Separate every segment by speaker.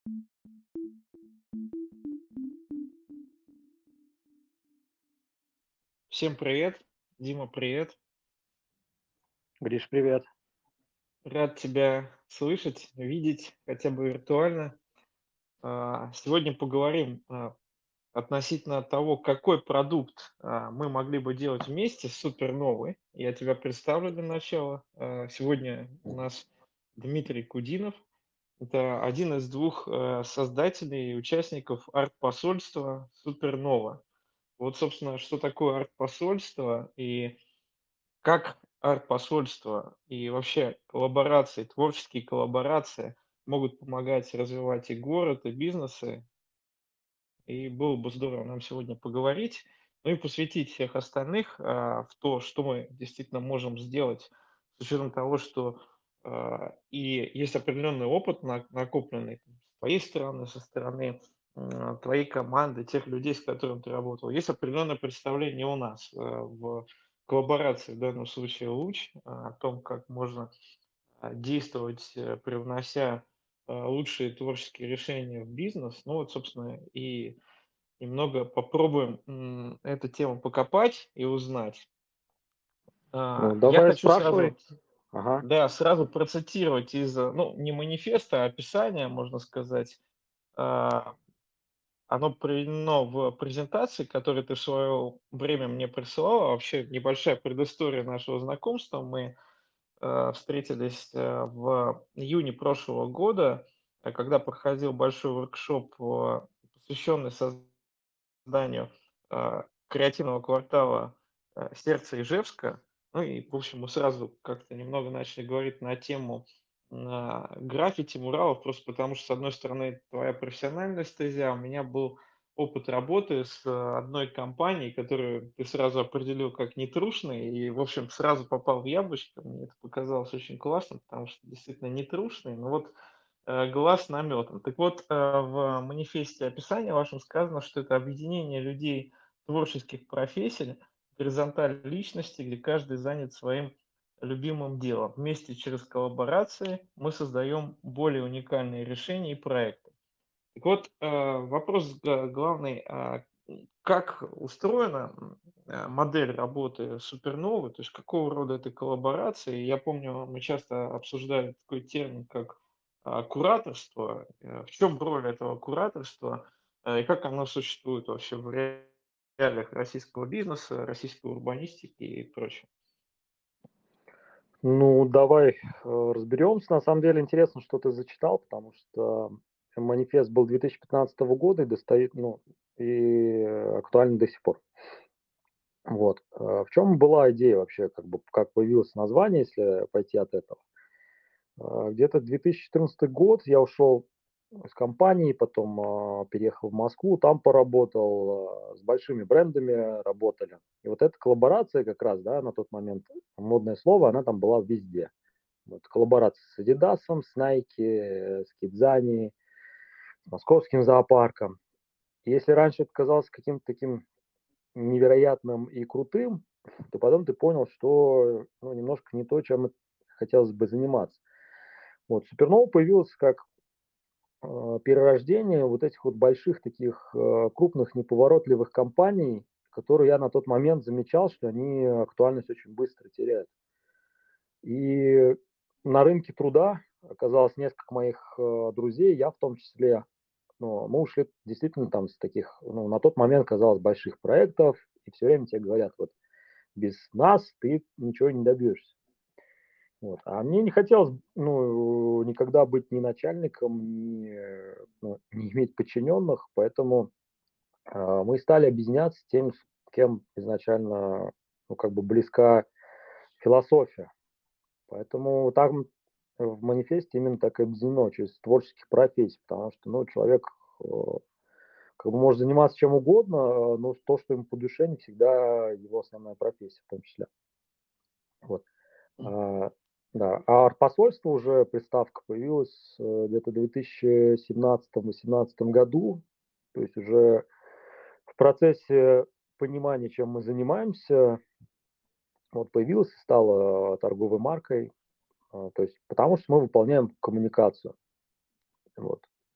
Speaker 1: Всем привет. Дима, привет.
Speaker 2: Гриш, привет.
Speaker 1: Рад тебя слышать, видеть, хотя бы виртуально. Сегодня поговорим относительно того, какой продукт мы могли бы делать вместе, супер новый. Я тебя представлю для начала. Сегодня у нас Дмитрий Кудинов. Это один из двух создателей и участников арт-посольства Супернова. Вот, собственно, что такое арт-посольство и как арт-посольство и вообще коллаборации, творческие коллаборации могут помогать развивать и город, и бизнесы. И было бы здорово нам сегодня поговорить, ну и посвятить всех остальных в то, что мы действительно можем сделать, с учетом того, что и есть определенный опыт, накопленный там с твоей стороны, со стороны твоей команды, тех людей, с которыми ты работал. Есть определенное представление у нас в коллаборации, в данном случае «Луч», о том, как можно действовать, привнося лучшие творческие решения в бизнес. Ну вот, собственно, и немного попробуем эту тему покопать и узнать.
Speaker 2: Ну,
Speaker 1: Я
Speaker 2: давай
Speaker 1: хочу
Speaker 2: спрашивай.
Speaker 1: сразу,
Speaker 2: Ага.
Speaker 1: да, сразу процитировать из, ну, не манифеста, а описания, можно сказать. А, Оно приведено в презентации, которую ты в свое время мне присылала. Вообще небольшая предыстория нашего знакомства. Мы встретились в июне прошлого года, когда проходил большой воркшоп, посвященный созданию креативного квартала сердца Ижевска. Ну и, в общем, мы сразу как-то немного начали говорить на тему граффити, муралов, просто потому что, с одной стороны, твоя профессиональная стезя, а у меня был опыт работы с одной компанией, которую ты сразу определил как нетрушный, и, в общем, сразу попал в яблочко. Мне это показалось очень классно, потому что действительно нетрушный, но вот глаз наметан. Так вот, в манифесте описания вашем сказано, что это объединение людей творческих профессий, горизонталь личности, где каждый занят своим любимым делом. Вместе через коллаборации мы создаем более уникальные решения и проекты. Так вот, вопрос главный, как устроена модель работы Суперновы, то есть какого рода это коллаборации? Я помню, мы часто обсуждали такой термин, как кураторство. В чем роль этого кураторства и как оно существует вообще в реалиях российского бизнеса, российской урбанистики и прочего?
Speaker 2: Ну, давай разберемся. На самом деле интересно, что ты зачитал, потому что манифест был 2015 года и достает, ну, и актуален до сих пор. Вот. В чем была идея вообще, как бы, как появилось название, если пойти от этого? Где-то 2014 год я ушел из компании, потом переехал в Москву, там поработал, с большими брендами работали. И вот эта коллаборация как раз, да, на тот момент, модное слово, она там была везде. Вот коллаборация с Adidas, с Nike, с Кидзани, с московским зоопарком. И если раньше это казалось каким-то таким невероятным и крутым, то потом ты понял, что ну, немножко не то, чем хотелось бы заниматься. Вот, Супернова появилась как перерождение вот этих вот больших таких, крупных неповоротливых компаний, которые я на тот момент замечал, что они актуальность очень быстро теряют. И на рынке труда оказалось несколько моих, друзей, я в том числе. Но мы ушли действительно там с таких, ну, на тот момент казалось, больших проектов, и все время тебе говорят: "Вот без нас ты ничего не добьешься". Вот. А мне не хотелось, ну, никогда быть ни начальником, ни, ну, не иметь подчиненных, поэтому, мы стали объединяться с теми, с кем изначально, ну, как бы близка философия. Поэтому там в манифесте именно так и объединено через творческих профессий, потому что, ну, человек, э, как бы может заниматься чем угодно, но то, что ему по душе, не всегда его основная профессия в том числе. Вот. А, да, а посольство уже, приставка появилась, где-то в 2017-18 году. То есть уже в процессе понимания, чем мы занимаемся, вот появилась и стала торговой маркой. То есть потому что мы выполняем коммуникацию. Вот. Там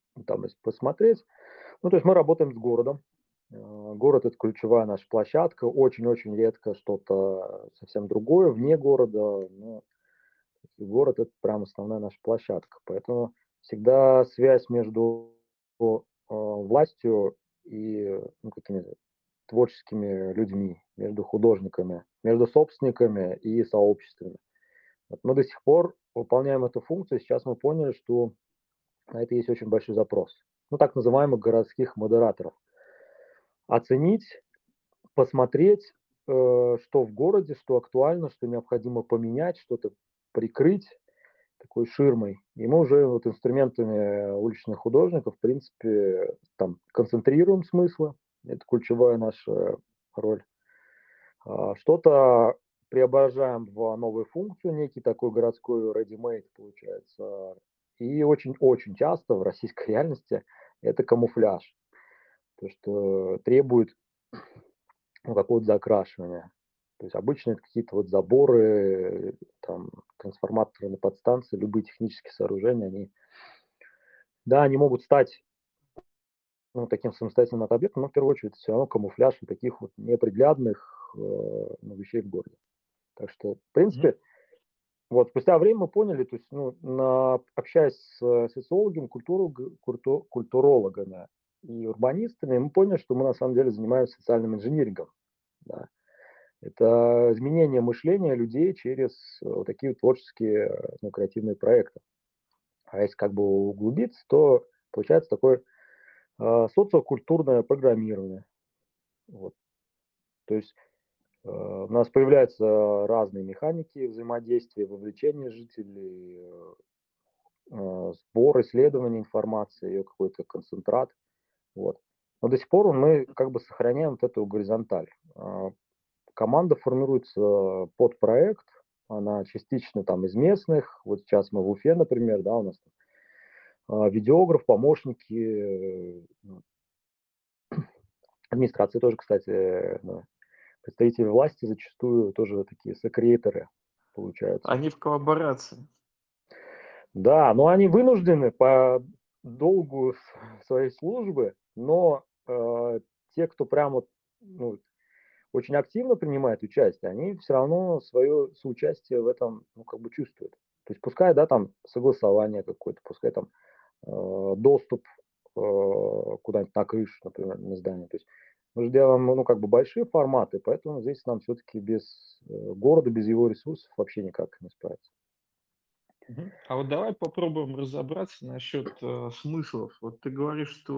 Speaker 2: возможность посмотреть. Ну, то есть мы работаем с городом. Город — это ключевая наша площадка. Очень-очень редко что-то совсем другое вне города. Но город — это прям основная наша площадка. Поэтому всегда связь между властью и, ну, какими-то творческими людьми, между художниками, между собственниками и сообществами. Вот мы до сих пор выполняем эту функцию. Сейчас мы поняли, что на это есть очень большой запрос. Ну, так называемых городских модераторов. Оценить, посмотреть, что в городе, что актуально, что необходимо поменять, что-то прикрыть такой ширмой. И мы уже вот инструментами уличных художников, в принципе, там концентрируем смыслы. Это ключевая наша роль. Что-то преображаем в новую функцию, некий такой городской ready-made получается. И очень-очень часто в российской реальности это камуфляж, то, что требует, ну, какого-то закрашивания. То есть обычно это какие-то вот заборы, там, трансформаторы на подстанции, любые технические сооружения, они, да, они могут стать, ну, таким самостоятельным объектом, но в первую очередь все равно камуфляж вот таких вот неприглядных, ну, вещей в городе. Так что, в
Speaker 1: Мгм.
Speaker 2: принципе, вот спустя время мы поняли, то есть, ну, общаясь с социологами, культурологами и урбанистами, мы поняли, что мы на самом деле занимаемся социальным инжинирингом. Да. Это изменение мышления людей через вот такие вот творческие, ну, креативные проекты. А если как бы углубиться, то получается такое социокультурное программирование. Вот. То есть у нас появляются разные механики взаимодействия, вовлечения жителей, сбор, исследование информации, ее какой-то концентрат. Вот. Но до сих пор мы как бы сохраняем вот эту горизонталь. Команда формируется под проект, она частично там из местных. Вот сейчас мы в Уфе, например, да, у нас там, видеограф, помощники, администрации тоже, кстати, да. Представители власти зачастую тоже такие сокреаторы получаются.
Speaker 1: Они в коллаборации.
Speaker 2: Да, но они вынуждены по долгу своей службы, но, те, кто прям вот, ну, очень активно принимает участие, они все равно свое соучастие в этом, ну, как бы чувствуют. То есть пускай, да, там согласование какое-то, пускай там, доступ, куда-нибудь на крышу, например, на здание. То есть мы же делаем, ну, как бы большие форматы, поэтому здесь нам все-таки без, города, без его ресурсов вообще никак не справиться.
Speaker 1: Мгм. А вот давай попробуем разобраться насчет смыслов. Вот ты говоришь, что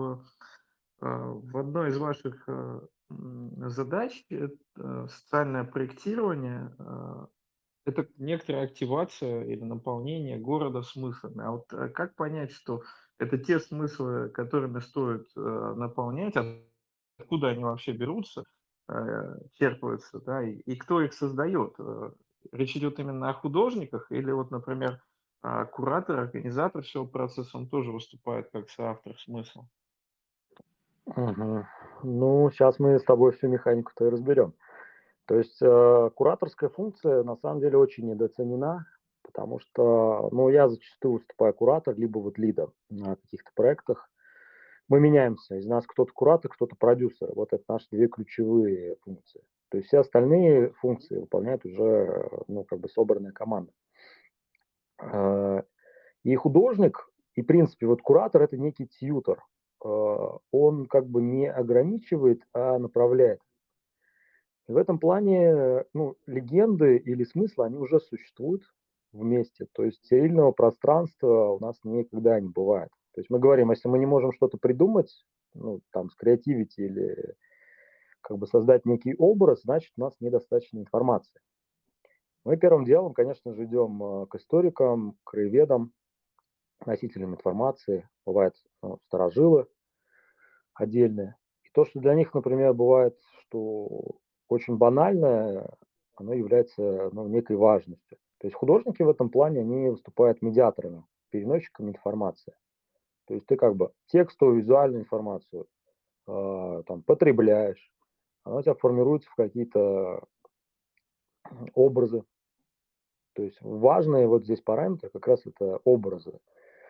Speaker 1: в одной из ваших задач социальное проектирование это некоторая активация или наполнение города смыслами. А вот как понять, что это те смыслы, которыми стоит наполнять, откуда они вообще берутся, черпаются, да, и кто их создает? Речь идет именно о художниках или вот, например, куратор, организатор всего процесса, он тоже выступает как соавтор смысла?
Speaker 2: Мгм. Ну, сейчас мы с тобой всю механику-то и разберем. То есть, кураторская функция на самом деле очень недооценена, потому что, ну, я зачастую выступаю куратор, либо вот лидер на каких-то проектах. Мы меняемся. Из нас кто-то куратор, кто-то продюсер. Вот это наши 2 ключевые функции. То есть все остальные функции выполняет уже, ну, как бы собранная команда. А, и художник, и, в принципе, вот куратор — это некий тьютор. Он как бы не ограничивает, а направляет. И в этом плане, ну, легенды или смыслы, они уже существуют вместе. То есть стерильного пространства у нас никогда не бывает. То есть мы говорим, если мы не можем что-то придумать, ну, там, скреативить или как бы создать некий образ, значит, у нас недостаточно информации. Мы первым делом, конечно же, идем к историкам, краеведам, носителям информации. Бывают, ну, старожилы отдельные. И то, что для них, например, бывает, что очень банальное, оно является, ну, некой важностью. То есть художники в этом плане, они выступают медиаторами, переносчиками информации. То есть ты как бы текстовую, визуальную информацию там потребляешь, она у тебя формируется в какие-то образы. То есть важные вот здесь параметры как раз это образы.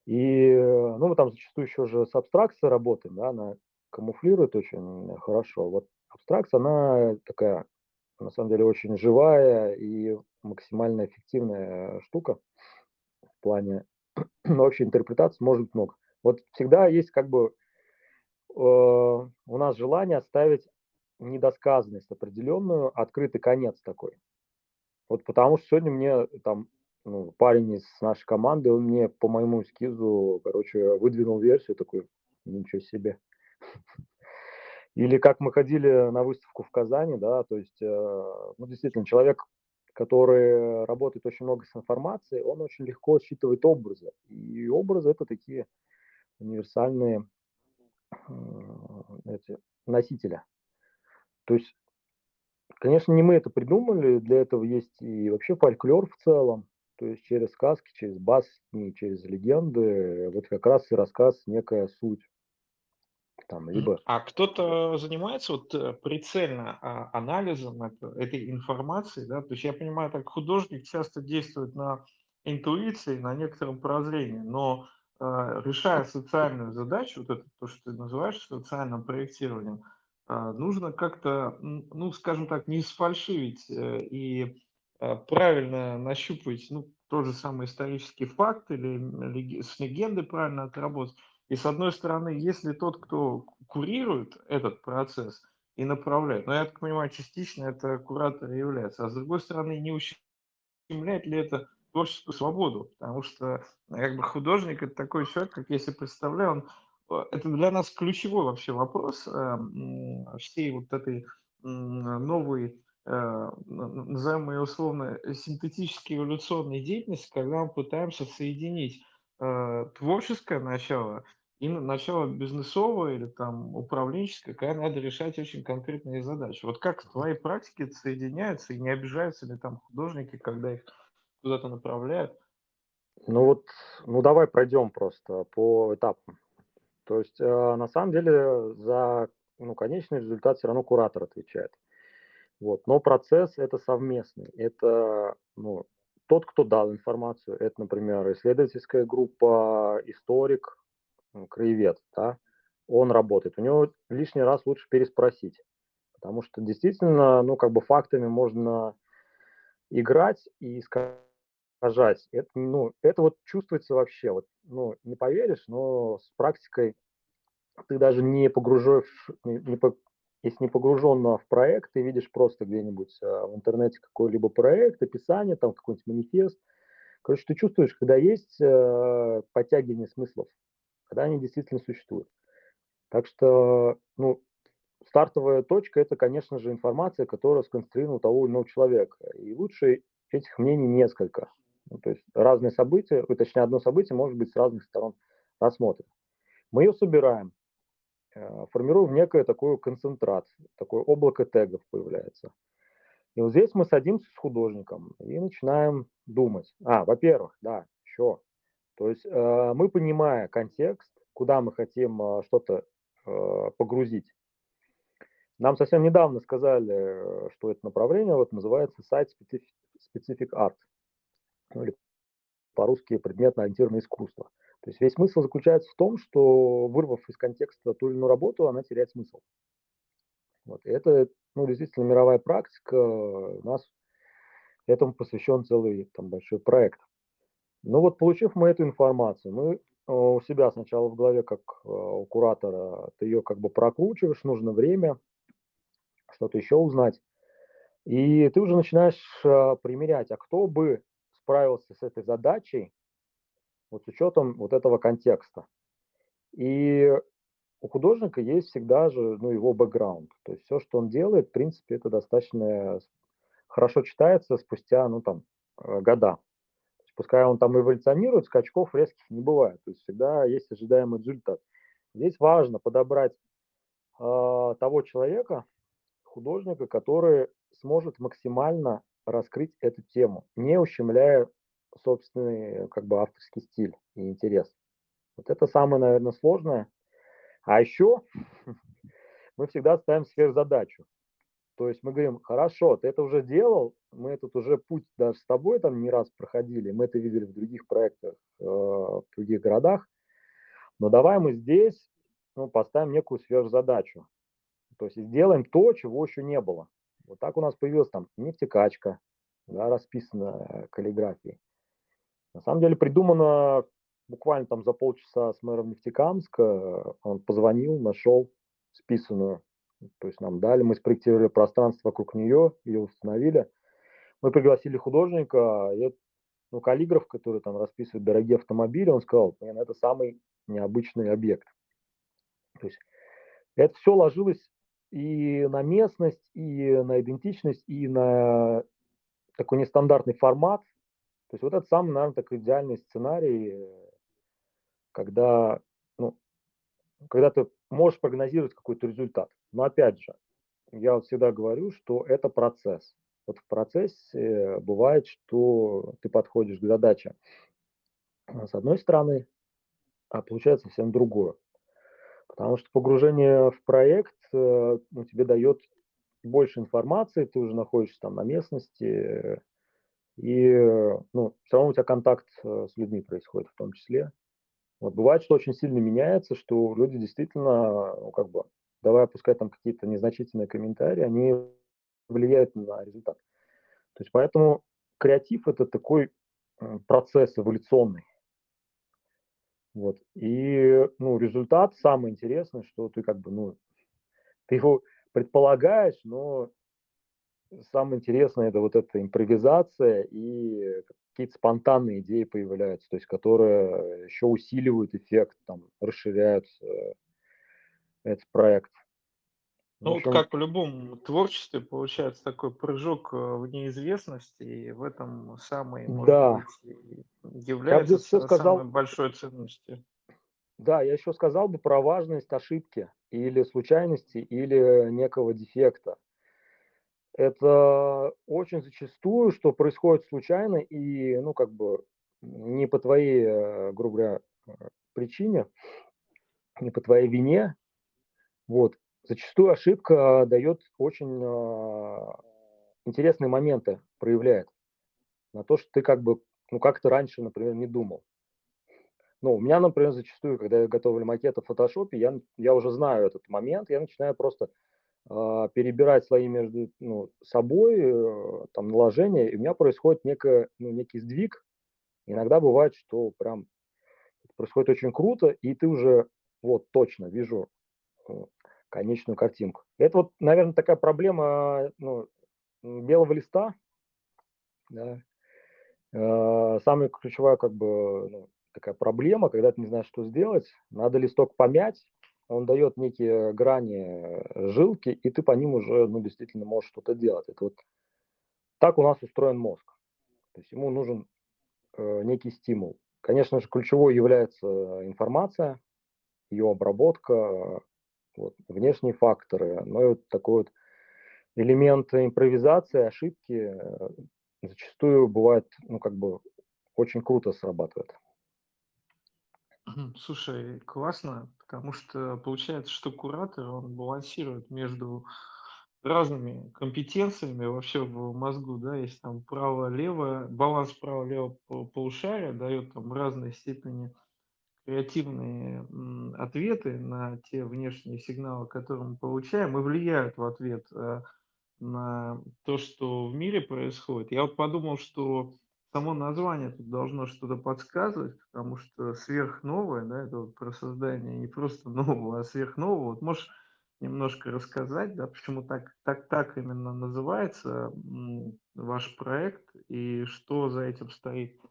Speaker 2: Ну, мы там зачастую еще же с абстракцией работаем, да, она камуфлирует очень хорошо. Вот абстракция, она такая, на самом деле, очень живая и максимально эффективная штука в плане, но вообще интерпретаций может быть много. Вот всегда есть как бы у нас желание оставить недосказанность определенную, открытый конец такой. Вот потому что сегодня мне там, ну, парень из нашей команды, он мне по моему эскизу, короче, выдвинул версию, такой, ничего себе. Или как мы ходили на выставку в Казани, да, то есть, ну, действительно, человек, который работает очень много с информацией, он очень легко считывает образы. И образы это такие универсальные эти носители. То есть, конечно, не мы это придумали, для этого есть и вообще фольклор в целом. То есть через сказки, через басни, через легенды, вот как раз и рассказ некая суть там, либо
Speaker 1: А кто-то занимается вот, прицельно, анализом этой информации, да? То есть я понимаю, так художник часто действует на интуиции, на некотором прозрении, но, решая социальную задачу, вот это то, что ты называешь социальным проектированием, нужно как-то, ну, скажем так, не сфальшивить, и, правильно нащупать, ну, тот же самый исторический факт или, с легендой правильно отработать. И с одной стороны, если тот, кто курирует этот процесс и направляет, но я так понимаю, частично это куратор и является, а с другой стороны, не ущемляет ли это творческую свободу? Потому что, как бы, художник — это такой человек, как я себе представляю, это для нас ключевой вообще вопрос, всей вот этой, новой, назовем ее условно, синтетической эволюционной деятельности, когда мы пытаемся соединить, творческое начало и начало бизнесовое или там управленческое, когда надо решать очень конкретные задачи. Вот как в твоей практике это соединяется и не обижаются ли там художники, когда их куда-то направляют?
Speaker 2: ну вот, ну давай пройдем просто по этапам. То есть, на самом деле за, ну, конечный результат все равно куратор отвечает. Вот, но процесс это совместный. Это, ну, тот, кто дал информацию, это, например, исследовательская группа, историк, краевед, да, он работает. У него лишний раз лучше переспросить, потому что действительно, ну, как бы фактами можно играть и искажать. Это, ну, это вот чувствуется вообще. Вот, ну, не поверишь, но с практикой ты даже не погружёшь, не по если не погружен в проект, ты видишь просто где-нибудь, в интернете какой-либо проект, описание, там какой-нибудь манифест. Короче, ты чувствуешь, когда есть, подтягивание смыслов, когда они действительно существуют. Так что, ну, стартовая точка — это, конечно же, информация, которая сконцентрирована у того или иного человека. И лучше этих мнений несколько. Ну, то есть разные события, точнее, одно событие может быть с разных сторон рассмотрено. Мы ее собираем, формируем некое такое концентрат, такое облако тегов появляется. И вот здесь мы садимся с художником и начинаем думать. Во-первых, да, еще. То есть мы, понимая контекст, куда мы хотим что-то погрузить. Нам совсем недавно сказали, что это направление вот называется сайт Specific Art, ну, или по-русски предметно-ориентированное искусство. То есть весь смысл заключается в том, что, вырвав из контекста ту или иную работу, она теряет смысл. Вот. И это, ну, действительно мировая практика. У нас этому посвящен целый там большой проект. Ну вот, получив мы эту информацию, мы у себя сначала в голове, как у куратора, ты ее как бы прокручиваешь, нужно время, что-то еще узнать. И ты уже начинаешь примерять, а кто бы справился с этой задачей, вот с учетом вот этого контекста. И у художника есть всегда же, ну, его бэкграунд. То есть все, что он делает, в принципе, это достаточно хорошо читается спустя, ну, там, года. То есть пускай он там эволюционирует, скачков резких не бывает. То есть всегда есть ожидаемый результат. Здесь важно подобрать того человека, художника, который сможет максимально раскрыть эту тему, не ущемляя собственный как бы авторский стиль и интерес. Вот это самое, наверное, сложное. А еще мы всегда ставим сверхзадачу. То есть мы говорим: "Хорошо, ты это уже делал, мы этот уже путь даже с тобой там не раз проходили, мы это видели в других проектах, в других городах, но давай мы здесь, ну, поставим некую сверхзадачу. То есть сделаем то, чего еще не было". Вот так у нас появилась там нефтекачка, да, расписанная каллиграфией. На самом деле придумано буквально там за полчаса с мэром Нефтекамска. Он позвонил, нашел списанную. То есть нам дали, мы спроектировали пространство вокруг нее, ее установили. Мы пригласили художника, и ну, каллиграф, который там расписывает дорогие автомобили, он сказал: "Блин, это самый необычный объект". То есть это все ложилось и на местность, и на идентичность, и на такой нестандартный формат. То есть вот это самый, наверное, такой идеальный сценарий, когда, ну, когда ты можешь прогнозировать какой-то результат. Но опять же, я вот всегда говорю, что это процесс. Вот в процессе бывает, что ты подходишь к задаче, с одной стороны, а получается совсем другое. Потому что погружение в проект, ну, тебе дает больше информации, ты уже находишься там на местности, и, ну, все равно у тебя контакт, с людьми происходит в том числе. Вот бывает, что очень сильно меняется, что люди действительно, ну, как бы, давая пускай там какие-то незначительные комментарии, они влияют на результат. То есть поэтому креатив — это такой, процесс эволюционный. Вот. И, ну, результат самый интересный, что ты как бы, ну, ты его предполагаешь, но самое интересное — это вот эта импровизация и какие-то спонтанные идеи появляются, то есть которые еще усиливают эффект, там, расширяют, этот проект. В
Speaker 1: Ну, вот
Speaker 2: общем,
Speaker 1: как в любом творчестве получается такой прыжок, в неизвестность, и в этом самый, может
Speaker 2: да,
Speaker 1: быть, и
Speaker 2: я бы
Speaker 1: является
Speaker 2: здесь еще
Speaker 1: самой
Speaker 2: сказал,
Speaker 1: большой ценностью.
Speaker 2: да, я еще сказал бы про важность ошибки или случайности, или некого дефекта. Это очень зачастую, что происходит случайно и, ну, как бы не по твоей, грубо говоря, причине, не по твоей вине. Вот. Зачастую ошибка дает очень, интересные моменты, проявляет на то, что ты как бы, ну, как то раньше, например, не думал. Ну, у меня, например, зачастую, когда я готовлю макеты в "Фотошопе", я уже знаю этот момент, я начинаю просто, перебирать слои между, ну, собой, там наложения, и у меня происходит ну, некий сдвиг. Иногда бывает, что прям происходит очень круто, и ты уже вот точно вижу, э, конечную картинку. Это вот, наверное, такая проблема, ну, белого листа, да. Самая ключевая, как бы, ну, такая проблема, когда ты не знаешь, что сделать. Надо листок помять, он дает некие грани, жилки, и ты по ним уже, ну, действительно можешь что-то делать. Это вот так у нас устроен мозг. То есть ему нужен, некий стимул. Конечно же, ключевой является информация, ее обработка, вот, внешние факторы. Но и вот такой вот элемент импровизации, ошибки, зачастую бывает, ну, как бы очень круто срабатывает.
Speaker 1: Слушай, классно, потому что получается, что куратор, он балансирует между разными компетенциями вообще в мозгу, да, есть там право-лево, баланс право-лево полушария дает там разной степени креативные ответы на те внешние сигналы, которые мы получаем, и влияют в ответ на то, что в мире происходит. Я вот подумал, что само название тут должно что-то подсказывать, потому что сверхновое, да, это вот про создание не просто нового, а сверхнового. Вот можешь немножко рассказать, да, почему так именно называется ваш проект и что за этим стоит?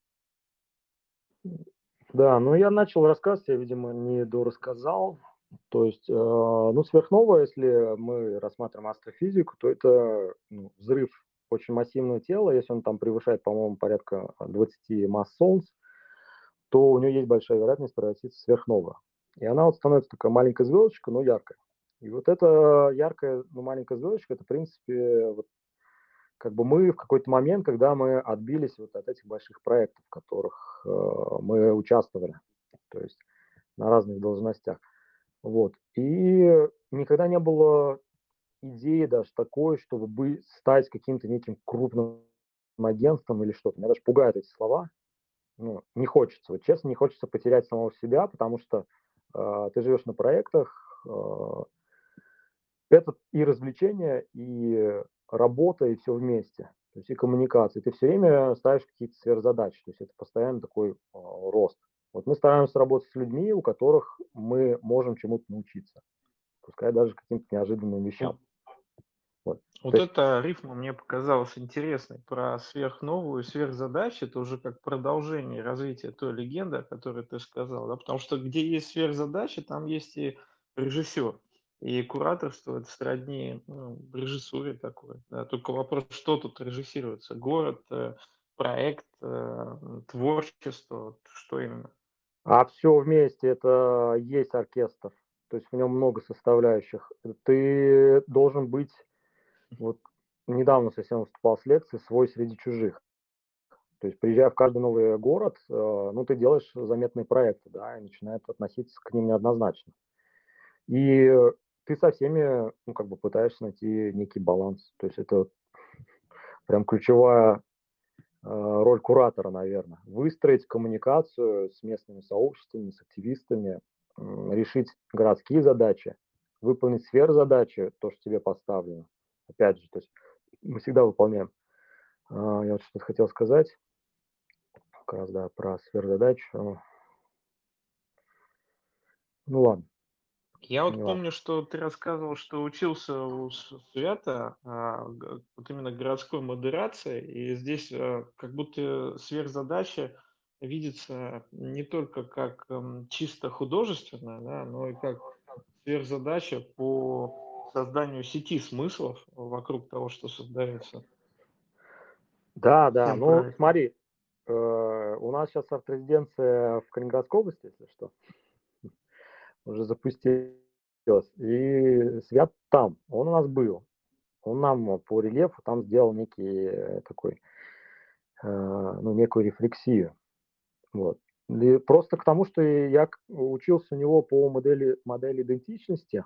Speaker 2: Да, ну я начал рассказ, я, видимо, не дорассказал. То есть, ну, сверхновая, если мы рассматриваем астрофизику, то это, ну, взрыв очень массивного тела. Если он там превышает, по-моему, порядка 20 масс Солнц, то у нее есть большая вероятность превратиться в сверхновую. И она вот становится такая маленькая звездочка, но яркая. И вот эта яркая, ну, маленькая звездочка, это, в принципе, вот как бы мы в какой-то момент, когда мы отбились вот от этих больших проектов, в которых, мы участвовали, то есть на разных должностях. Вот. И никогда не было идеи даже такой, чтобы стать каким-то неким крупным агентством или что-то. Меня даже пугают эти слова. Ну, не хочется, вот честно, не хочется потерять самого себя, потому что, ты живешь на проектах, это и развлечение, и работа, и все вместе. То есть и коммуникации. Ты все время ставишь какие-то сверхзадачи, то есть это постоянно такой, рост. Вот мы стараемся работать с людьми, у которых мы можем чему-то научиться, пускай даже каким-то неожиданным вещам.
Speaker 1: Вот
Speaker 2: Вот. То
Speaker 1: вот
Speaker 2: есть
Speaker 1: эта рифма мне показалась интересной про сверхновую, сверхзадачи. Это уже как продолжение развития той легенды, о которой ты сказал, да. Потому что где есть сверхзадачи, там есть и режиссер. И кураторство — это сродни, ну, режиссуре такой, да. Только вопрос, что тут режиссируется: город, проект, творчество, вот что именно?
Speaker 2: все вместе — это есть оркестр, то есть в нем много составляющих. Ты должен быть, вот недавно совсем выступал с лекцией "Свой среди чужих". То есть, приезжая в каждый новый город, ну, ты делаешь заметные проекты, да, и начинают относиться к ним неоднозначно. И ты со всеми, ну, как бы пытаешься найти некий баланс. То есть это прям ключевая, роль куратора, наверное. Выстроить коммуникацию с местными сообществами, с активистами, решить городские задачи, выполнить сверхзадачи, то, что тебе поставлено. Опять же, то есть мы всегда выполняем. Я вот что-то хотел сказать, как раз, да, про сверхзадачу. Ну ладно,
Speaker 1: Я вот
Speaker 2: неважно.
Speaker 1: помню, что ты рассказывал, что учился у Свята, вот именно городской модерации, и здесь как будто сверхзадача видится не только как чисто художественная, да, но и как сверхзадача по созданию сети смыслов вокруг того, что создается
Speaker 2: Да, да,
Speaker 1: всем
Speaker 2: ну
Speaker 1: проектом.
Speaker 2: смотри, у нас сейчас арт-резиденция в Калининградской области, если что, уже запустилась. И Свят там, он у нас был. Он нам по рельефу там сделал некий такой, ну, некую рефлексию. Вот. И просто к тому, что я учился у него по модели идентичности,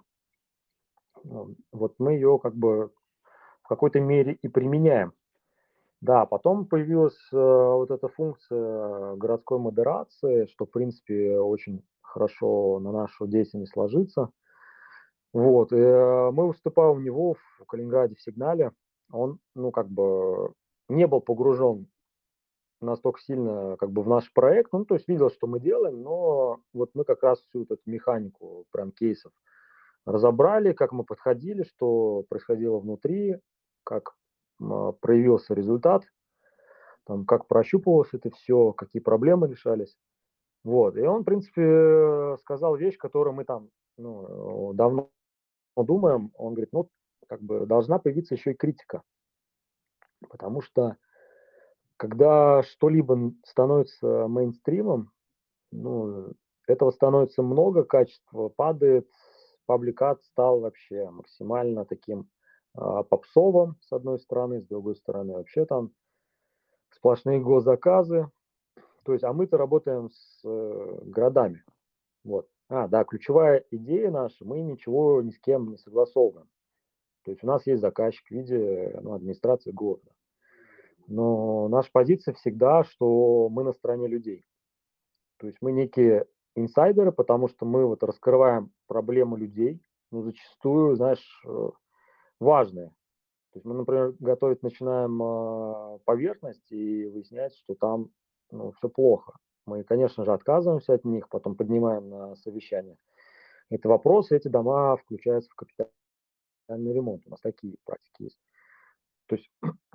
Speaker 2: вот мы ее как бы в какой-то мере и применяем. Да, потом появилась, вот эта функция городской модерации, что, в принципе, очень хорошо на нашу деятельность ложится. Вот, мы выступаем у него в Калининграде в "Сигнале". Он, ну, как бы не был погружен настолько сильно как бы в наш проект, ну, то есть видел, что мы делаем, но вот мы как раз всю вот эту механику прям кейсов разобрали, как мы подходили, что происходило внутри, как, проявился результат. Там как прощупывалось это все, какие проблемы решались. Вот, и он, в принципе, сказал вещь, которую мы там, ну, давно думаем. Он говорит: "Ну, как бы должна появиться еще и критика". Потому что когда что-либо становится мейнстримом, ну, этого становится много, качество падает, паблик-арт стал вообще максимально таким, попсовым, с одной стороны, с другой стороны вообще там сплошные госзаказы. То есть, а мы-то работаем с, городами. Вот. Да, ключевая идея наша: мы ничего ни с кем не согласовываем. То есть у нас есть заказчик в виде, ну, администрации города. Но наша позиция всегда, что мы на стороне людей. То есть мы некие инсайдеры, потому что мы вот раскрываем проблемы людей, ну, зачастую, знаешь, важные. То есть мы, например, готовить начинаем, поверхность, и выясняется, что там, ну, всё плохо. Мы, конечно же, отказываемся от них, потом поднимаем на совещание это вопрос, и эти дома включаются в капитальный ремонт. У нас такие практики есть. То есть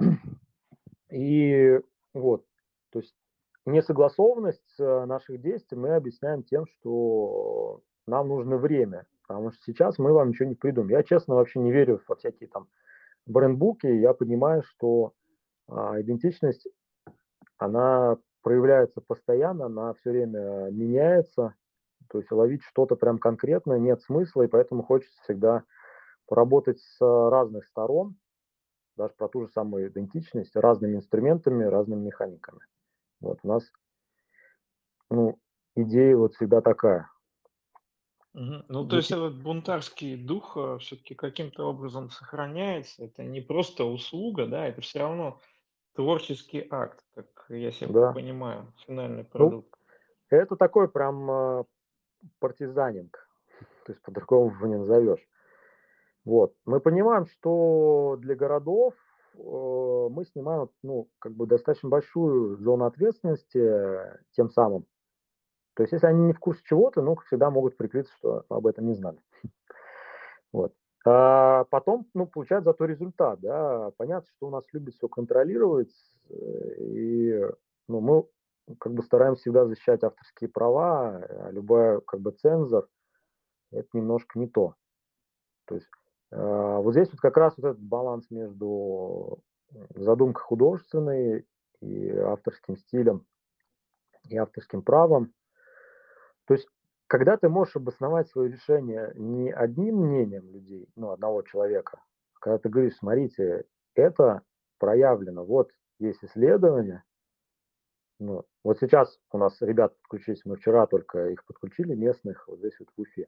Speaker 2: и вот, то есть несогласованность, наших действий мы объясняем тем, что нам нужно время, потому что сейчас мы вам ничего не придумаем. Я, честно, вообще не верю во всякие там брендбуки. Я понимаю, что, идентичность, она проявляется постоянно, она все время меняется. То есть ловить что-то прям конкретное нет смысла, и поэтому хочется всегда поработать с разных сторон, даже про ту же самую идентичность, разными инструментами, разными механиками. Вот у нас, ну, идея вот всегда такая.
Speaker 1: Мгм. Ну, то
Speaker 2: Для
Speaker 1: есть
Speaker 2: те
Speaker 1: этот бунтарский дух все-таки каким-то образом сохраняется. Это не просто услуга, да, это все равно творческий акт, как я себе
Speaker 2: Да.
Speaker 1: понимаю, финальный
Speaker 2: Ну,
Speaker 1: продукт.
Speaker 2: это такой прям, партизанинг, то есть по-другому его не назовешь. Вот. Мы понимаем, что для городов, мы снимаем, ну, как бы достаточно большую зону ответственности, тем самым. То есть если они не в курсе чего-то, ну, как всегда могут прикрыться, что об этом не знали. Вот. А потом, ну, получают зато результат, да. Понятно, что у нас любят все контролировать, и, ну, мы как бы стараемся всегда защищать авторские права, а любая как бы цензор — это немножко не то. То есть, вот здесь вот как раз вот этот баланс между, задумкой художественной и авторским стилем, и авторским правом. То есть, когда ты можешь обосновать свое решение не одним мнением людей, ну, одного человека, а когда ты говоришь: "Смотрите, это проявлено, вот есть исследования". Ну, вот сейчас у нас ребята подключились, мы вчера только их подключили, местных, вот здесь вот в Уфе.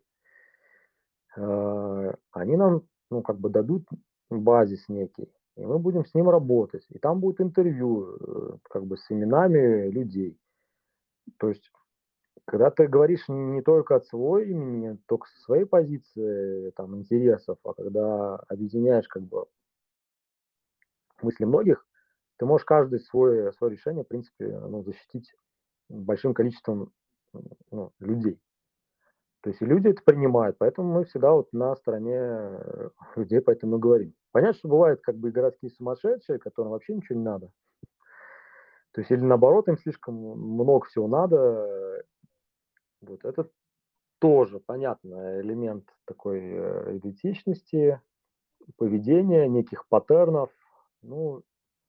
Speaker 2: Они нам, ну, как бы дадут базис некий, и мы будем с ним работать. И там будет интервью, как бы с именами людей. То есть, когда ты говоришь не только от своего имени, не только со своей позиции, там, интересов, а когда объединяешь как бы мысли многих, ты можешь каждый свое решение, в принципе, ну, защитить большим количеством, ну, людей. То есть и люди это принимают, поэтому мы всегда вот на стороне, людей, поэтому и говорим. Понятно, что бывают как бы и городские сумасшедшие, которым вообще ничего не надо. То есть или наоборот, им слишком много всего надо. Вот это тоже, понятно, элемент такой, идентичности, поведения, неких паттернов. Ну,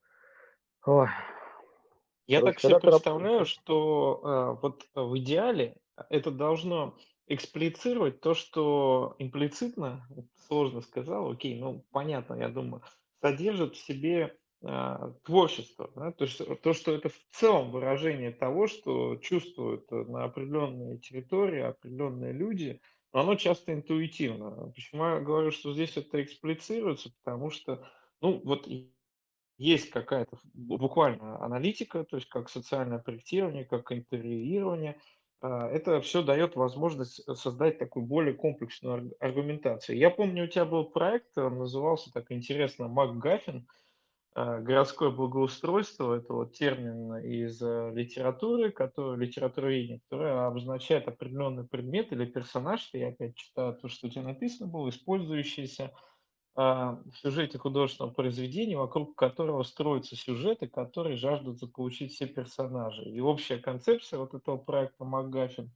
Speaker 2: ой,
Speaker 1: Я так
Speaker 2: короче,
Speaker 1: себе
Speaker 2: когда ты работаешь.
Speaker 1: представляю, что вот в идеале это должно эксплицировать то, что имплицитно, вот сложно сказал, окей, ну понятно, я думаю, содержит в себе творчество, да? То есть то, что это в целом выражение того, что чувствуют на определенной территории определенные люди, но оно часто интуитивно. Почему я говорю, что здесь это эксплицируется, потому что, ну вот есть какая-то буквально аналитика, то есть как социальное проектирование, как интервьюирование. Это все дает возможность создать такую более комплексную аргументацию. Я помню, у тебя был проект, он назывался так интересно «МакГаффин», городское благоустройство. Это вот термин из литературы, литературоведения, которая обозначает определенный предмет или персонаж, я опять читаю то, что у тебя написано было, использующийся в сюжете художественного произведения, вокруг которого строятся сюжеты, которые жаждут заполучить все персонажи. И общая концепция вот этого проекта МакГаффин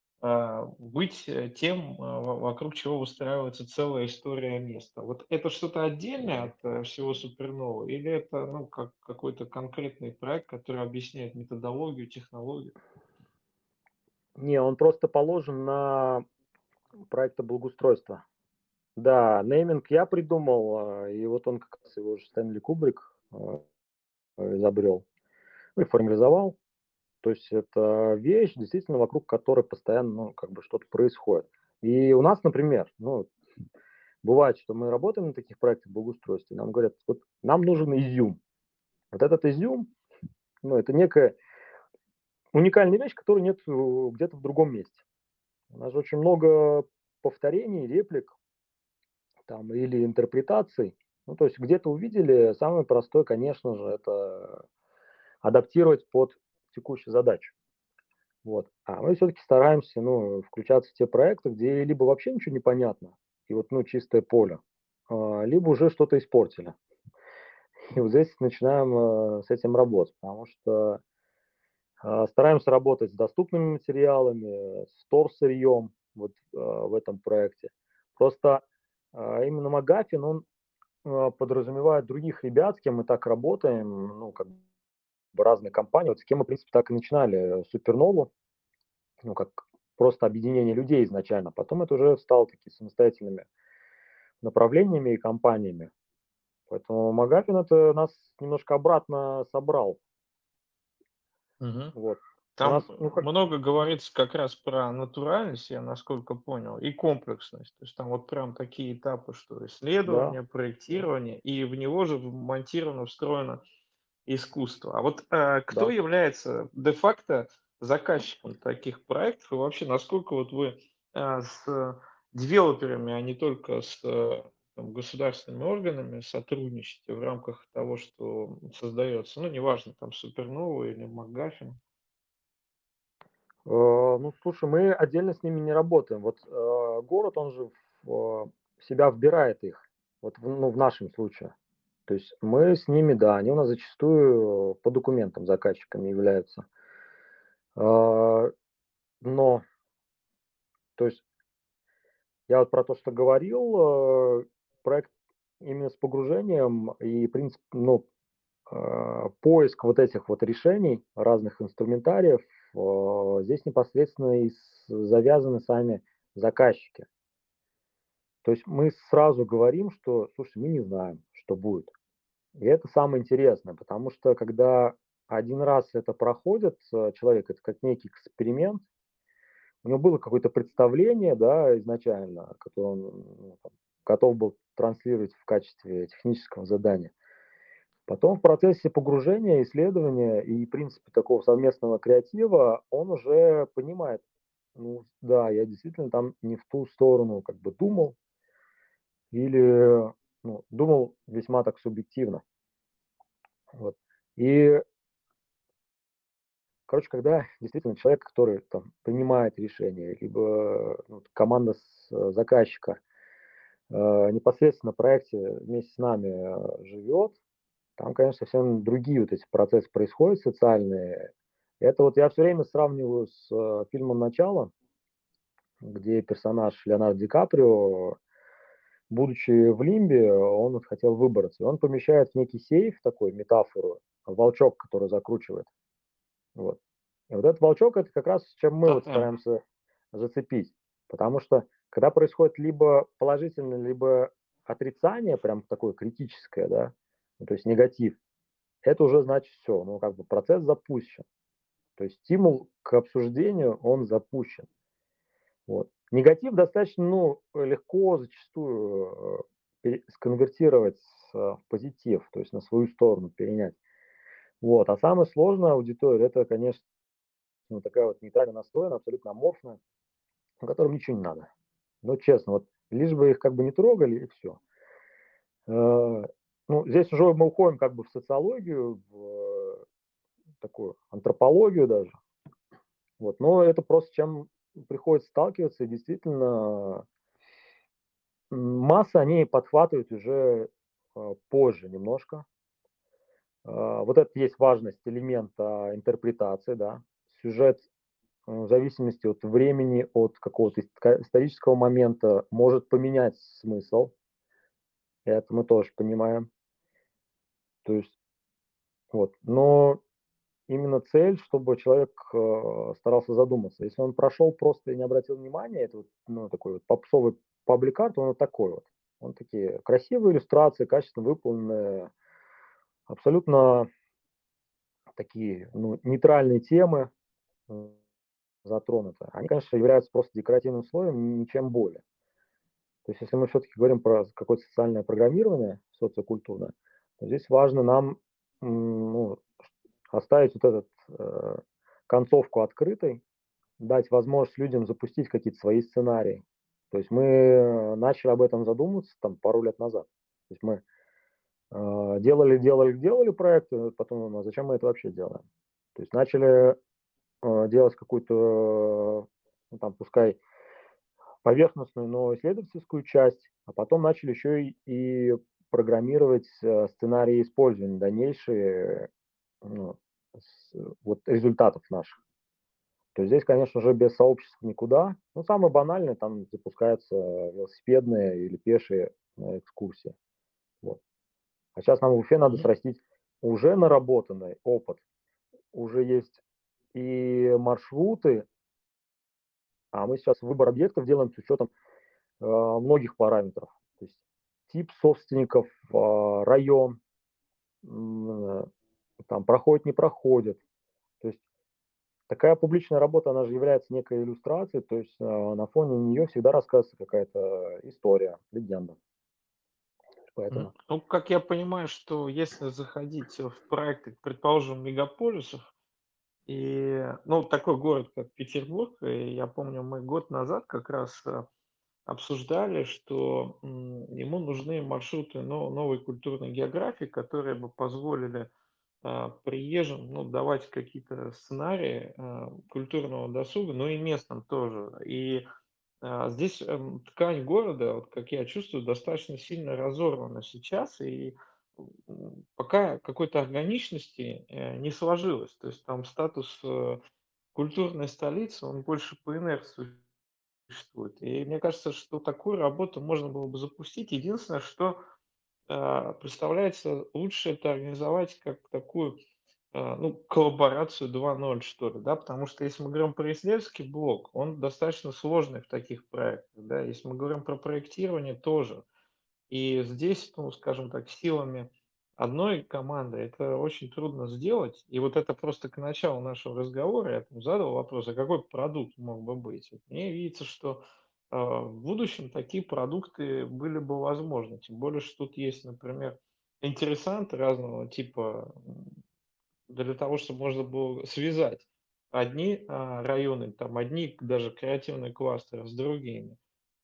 Speaker 1: быть тем, вокруг чего выстраивается целая история места. Вот это что-то отдельное от всего супернового, или это ну, как какой-то конкретный проект, который объясняет методологию, технологию?
Speaker 2: Не, он просто положен на проекты благоустройства. Да, нейминг я придумал, и вот он как раз его же Стэнли Кубрик, изобрел, ну и формализовал. То есть это вещь, действительно, вокруг которой постоянно, ну, как бы что-то происходит. И у нас, например, ну, бывает, что мы работаем на таких проектах благоустройства, и нам говорят: "Вот нам нужен изюм". Вот этот изюм, ну, это некая уникальная вещь, которой нет, где-то в другом месте. У нас же очень много повторений, реплик там или интерпретаций. Ну, то есть где-то увидели, самое простое, конечно же, это адаптировать под текущую задачу. Вот. А мы все-таки стараемся, ну, включаться в те проекты, где либо вообще ничего не понятно, и вот, ну, чистое поле, либо уже что-то испортили. И вот здесь начинаем, с этим работать, потому что, стараемся работать с доступными материалами, с вторсырьем вот, в этом проекте. Просто, именно Магафин, он, подразумевает других ребят, с кем мы так работаем, ну, как бы разные компании, вот с кем мы, в принципе, так и начинали Супернову. Ну, как просто объединение людей изначально. Потом это уже стало такими самостоятельными направлениями и компаниями. Поэтому Магафин — это нас немножко обратно собрал.
Speaker 1: Мгм.
Speaker 2: Вот. У
Speaker 1: Там
Speaker 2: нас, ну, как,
Speaker 1: много говорится как раз про натуральность, я насколько понял, и комплексность. То есть там вот прям такие этапы, что
Speaker 2: да,
Speaker 1: исследование, проектирование, и в него же вмонтировано, встроено искусство. А вот, кто
Speaker 2: да.
Speaker 1: является де-факто заказчиком таких проектов? И вообще, насколько вот вы, с девелоперами, а не только с, там, государственными органами сотрудничаете в рамках того, что создается? Ну, неважно, там, Супернова или МакГаффин.
Speaker 2: Ну, слушай, мы отдельно с ними не работаем. Вот, город, он же в себя вбирает их, вот, ну, в нашем случае. То есть мы с ними, да, они у нас зачастую по документам заказчиками являются. А, но, то есть я вот про то, что говорил, проект именно с погружением и принцип, ну, поиск вот этих вот решений, разных инструментариев, здесь непосредственно завязаны сами заказчики. То есть мы сразу говорим, что, слушай, мы не знаем, что будет. И это самое интересное, потому что когда один раз это проходит, человек, это как некий эксперимент, у него было какое-то представление, да, изначально, которое он, ну, там, готов был транслировать в качестве технического задания. Потом в процессе погружения, исследования и, в принципе, такого совместного креатива он уже понимает, ну да, я действительно там не в ту сторону как бы думал или, ну, думал весьма так субъективно. Вот. И, короче, когда действительно человек, который там принимает решение, либо ну, вот команда заказчика непосредственно в проекте вместе с нами живет, там, конечно, совсем другие вот эти процессы происходят социальные. Это вот я все время сравниваю с, фильмом «Начало», где персонаж Леонардо Ди Каприо, будучи в лимбе, он вот хотел выбраться. И он помещает в некий сейф, такой метафору, волчок, который закручивает. Вот. И вот этот волчок — это как раз с чем мы вот
Speaker 1: Тотем.
Speaker 2: стараемся зацепить. Потому что когда происходит либо положительное, либо отрицание, прям такое критическое, да, ну, то есть негатив, это уже значит все, ну, как бы процесс запущен. То есть стимул к обсуждению, он запущен. Вот. Негатив достаточно, ну, легко зачастую сконвертировать в позитив, то есть на свою сторону перенять. Вот. А самое сложное аудитория — это, конечно, ну, такая вот нейтрально настроенная, абсолютно аморфная, которым ничего не надо. Ну, честно, вот лишь бы их как бы не трогали, и все. Ну, здесь уже мы уходим как бы в социологию, в такую антропологию даже. Вот, но это просто с чем приходится сталкиваться. И действительно, масса они подхватывают уже, позже немножко. Вот это есть важность элемента интерпретации, да. Сюжет, в зависимости от времени, от какого-то исторического момента может поменять смысл. Это мы тоже понимаем. То есть вот, но именно цель, чтобы человек, старался задуматься. Если он прошел просто и не обратил внимания, это вот, ну, такой вот попсовый паблик-арт, он вот такой вот. Он такие красивые иллюстрации, качественно выполненные, абсолютно такие, ну, нейтральные темы, м, затронуты. Они, конечно, являются просто декоративным слоем, ничем более. То есть если мы все-таки говорим про какое-то социальное программирование, социокультурное, то здесь важно нам, ну, оставить вот этот, концовку открытой, дать возможность людям запустить какие-то свои сценарии. То есть мы, начали об этом задумываться там пару лет назад. То есть мы, делали проекты, потом: "А зачем мы это вообще делаем?" То есть начали, делать какую-то, ну, там, пускай поверхностную, но исследовательскую часть, а потом начали еще и программировать, сценарии использования дальнейшие, ну, вот результатов наших. То есть здесь, конечно же, без сообществ никуда. Ну, самое банальное, там запускаются велосипедные или пешие, экскурсии. Вот. А сейчас нам в Уфе надо
Speaker 1: Мгм.
Speaker 2: срастить уже наработанный опыт. Уже есть и маршруты, а мы сейчас выбор объектов делаем с учетом, многих параметров. То есть тип собственников, район, м, там проходит, не проходит. То есть такая публичная работа, она же является некой иллюстрацией, то есть, на фоне нее всегда рассказывается какая-то история, легенда. Поэтому
Speaker 1: Ну, как я понимаю, что если заходить в проекты, предположим, мегаполисов, и, ну, такой город, как Петербург, и я помню, мы год назад как раз обсуждали, что ему нужны маршруты новой культурной географии, которые бы позволили приезжим, ну, давать какие-то сценарии культурного досуга, но и местным тоже. И здесь ткань города, вот как я чувствую, достаточно сильно разорвана сейчас, и пока какой-то органичности не сложилось. То есть там статус культурной столицы, он больше по инерции существует. И мне кажется, что такую работу можно было бы запустить. Единственное, что представляется, лучше это организовать как такую, ну, коллаборацию 2.0, что ли, да, потому что если мы говорим про исследовательский блок, он достаточно сложный в таких проектах, да, если мы говорим про проектирование, тоже. И здесь, ну, скажем так, силами одной команды это очень трудно сделать. И вот это просто к началу нашего разговора я там задал вопрос, а какой продукт мог бы быть? Вот мне видится, что в будущем такие продукты были бы возможны. Тем более, что тут есть, например, интересанты разного типа для того, чтобы можно было связать одни районы, там одни даже креативные кластеры с другими.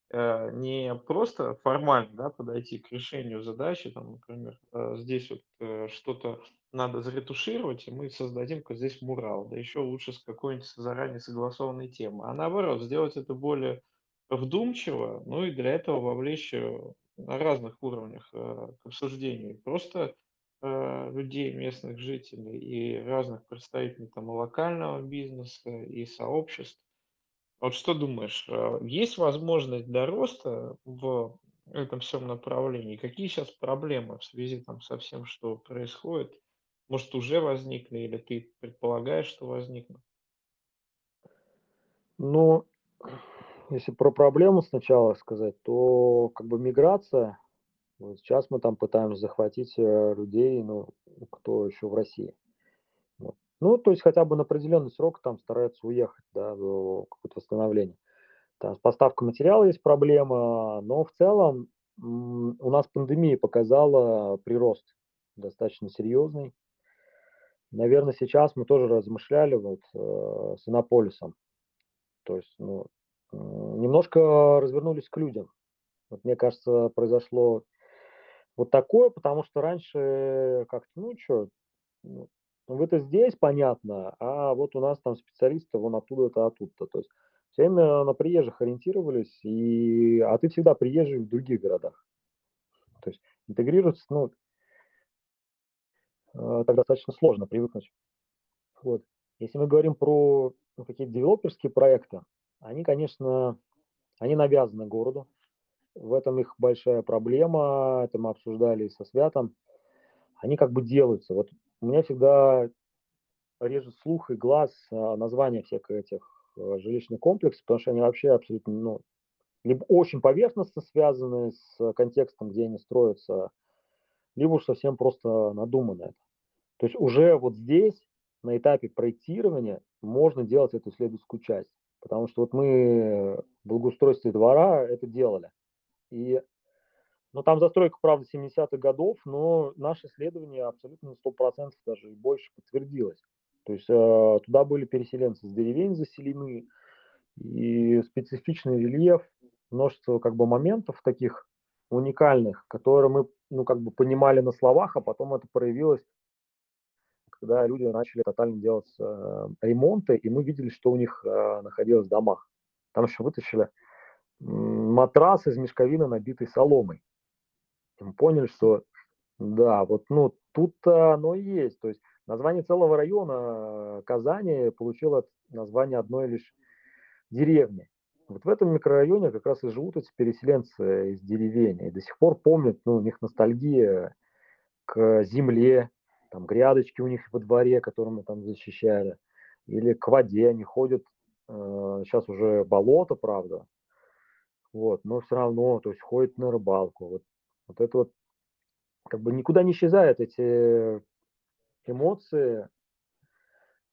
Speaker 1: Не просто формально, да, подойти к решению задачи, там, например, здесь вот что-то надо заретушировать, и мы создадим здесь мурал, да еще лучше с какой-нибудь заранее согласованной темой. А наоборот, сделать это более вдумчиво, ну и для этого вовлечь на разных уровнях к обсуждению просто людей, местных жителей и разных представителей там и локального бизнеса, и сообществ. Вот что думаешь, есть возможность для роста в этом всем направлении? Какие сейчас проблемы в связи там со всем, что происходит? Может, уже возникли или ты предполагаешь, что возникнут?
Speaker 2: ну, если про проблему сначала сказать, то как бы миграция, вот сейчас мы там пытаемся захватить, людей, ну, кто еще в России. Вот. Ну, то есть хотя бы на определенный срок там стараются уехать, да, до какого-то восстановления. Там с поставкой материала есть проблема, но в целом, у нас пандемия показала прирост достаточно серьезный. Наверное, сейчас мы тоже размышляли вот, с Иннополисом. То есть, ну, немножко развернулись к людям. Вот мне кажется, произошло вот такое, потому что раньше как-то, ну, чё, ну, вы-то здесь, понятно, а вот у нас там специалисты вон оттуда-то, оттуда-то. То есть всё время на приезжих ориентировались, а ты всегда приезжий в других городах. То есть интегрироваться, ну, так достаточно сложно привыкнуть. Вот. Если мы говорим про, ну, какие-то девелоперские проекты, они, конечно, они навязаны городу. В этом их большая проблема. Это мы обсуждали и со Святом. Они как бы делаются. Вот у меня всегда режет слух и глаз, названия всех этих, жилищных комплексов, потому что они вообще абсолютно, ну, либо очень поверхностно связаны с контекстом, где они строятся, либо уж совсем просто надумано это. То есть уже вот здесь, на этапе проектирования, можно делать эту исследовательскую часть. Потому что вот мы в благоустройстве двора это делали. И, ну, там застройка, правда, 70-х годов, но наше исследование абсолютно на 100% даже и больше подтвердилось. То есть туда были переселенцы с деревень заселены, и специфичный рельеф, множество как бы моментов таких уникальных, которые мы, ну, как бы понимали на словах, а потом это проявилось, когда люди начали тотально делать ремонты, и мы видели, что у них находилось в домах. Там еще вытащили матрас из мешковины, набитый соломой. И мы поняли, что да, вот, ну, тут-то оно и есть. То есть название целого района Казани получило название одной лишь деревни. Вот в этом микрорайоне как раз и живут эти переселенцы из деревень. И до сих пор помнят, ну, у них ностальгия к земле, там грядочки у них во дворе, которые мы там защищали, или к воде они ходят. Сейчас уже болото, правда, вот, но все равно, то есть ходят на рыбалку. Вот это вот как бы никуда не исчезают эти эмоции,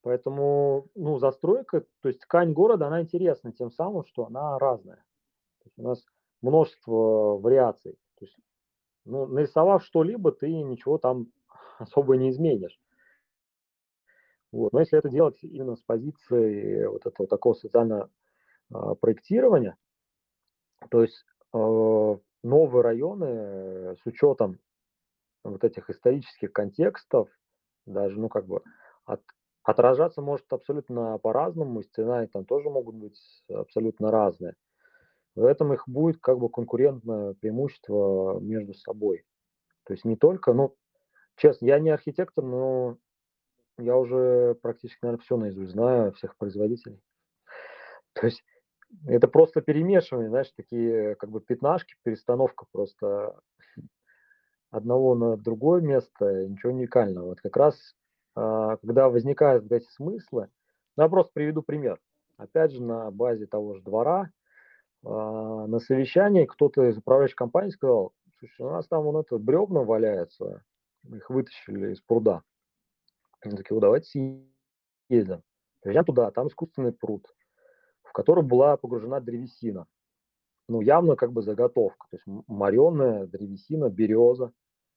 Speaker 2: Поэтому, ну, застройка, то есть ткань города, она интересна тем самым, что она разная. То есть у нас множество вариаций. То есть, ну, нарисовав что-либо, ты ничего там особо не изменишь. Вот. Но если это делать именно с позиции вот этого такого социального проектирования, то есть новые районы с учетом вот этих исторических контекстов, даже, ну, как бы от отражаться может абсолютно по-разному, и сценарии там тоже могут быть абсолютно разные. В этом их будет как бы конкурентное преимущество между собой. То есть не только, ну, честно, я не архитектор, но я уже практически, наверное, все наизусть знаю, всех производителей. То есть это просто перемешивание, знаешь, такие как бы пятнашки, перестановка просто одного на другое место, ничего уникального. Вот как раз, когда возникают вот эти смыслы, ну, я просто приведу пример. Опять же, на базе того же двора, на совещании кто-то из управляющей компании сказал: "Слушай, у нас там вон это бревна валяются, мы их вытащили из пруда". Они такие: "Ну, давайте съездим". Приезжаем туда, там искусственный пруд, в который была погружена древесина. Ну, явно как бы заготовка, то есть морёная древесина, береза.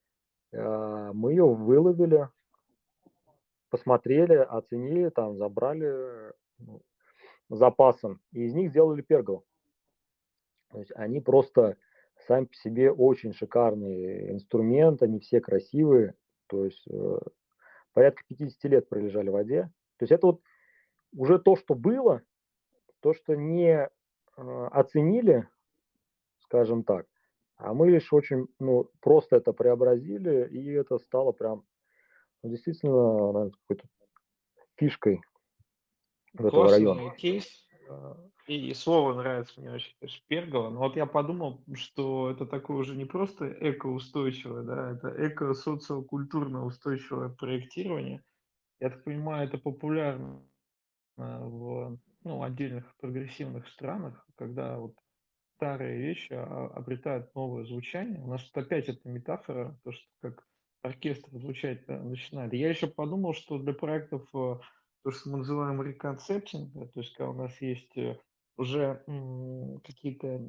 Speaker 2: Мы ее выловили, посмотрели, оценили, там забрали, ну, запасом, и из них сделали перголу. То есть они просто сами по себе очень шикарный инструмент, они все красивые. То есть, порядка 50 лет пролежали в воде. То есть это вот уже то, что было, то, что не, оценили, скажем так, а мы лишь очень, ну, просто это преобразили, и это стало прям, ну, действительно, наверно, какой-то фишкой этого района.
Speaker 1: Классный кейс, и слово нравится мне очень, конечно, пергола. Но вот я подумал, что это такое уже не просто экоустойчивое, да, это эко-социокультурно устойчивое проектирование. Я так понимаю, это популярно в, ну, отдельных прогрессивных странах, когда вот старые вещи обретают новое звучание. У нас тут опять эта метафора, то, что как оркестр звучать начинает. Я еще подумал, что для проектов, то, что мы называем реконцептинг, да, то есть когда у нас есть уже какие-то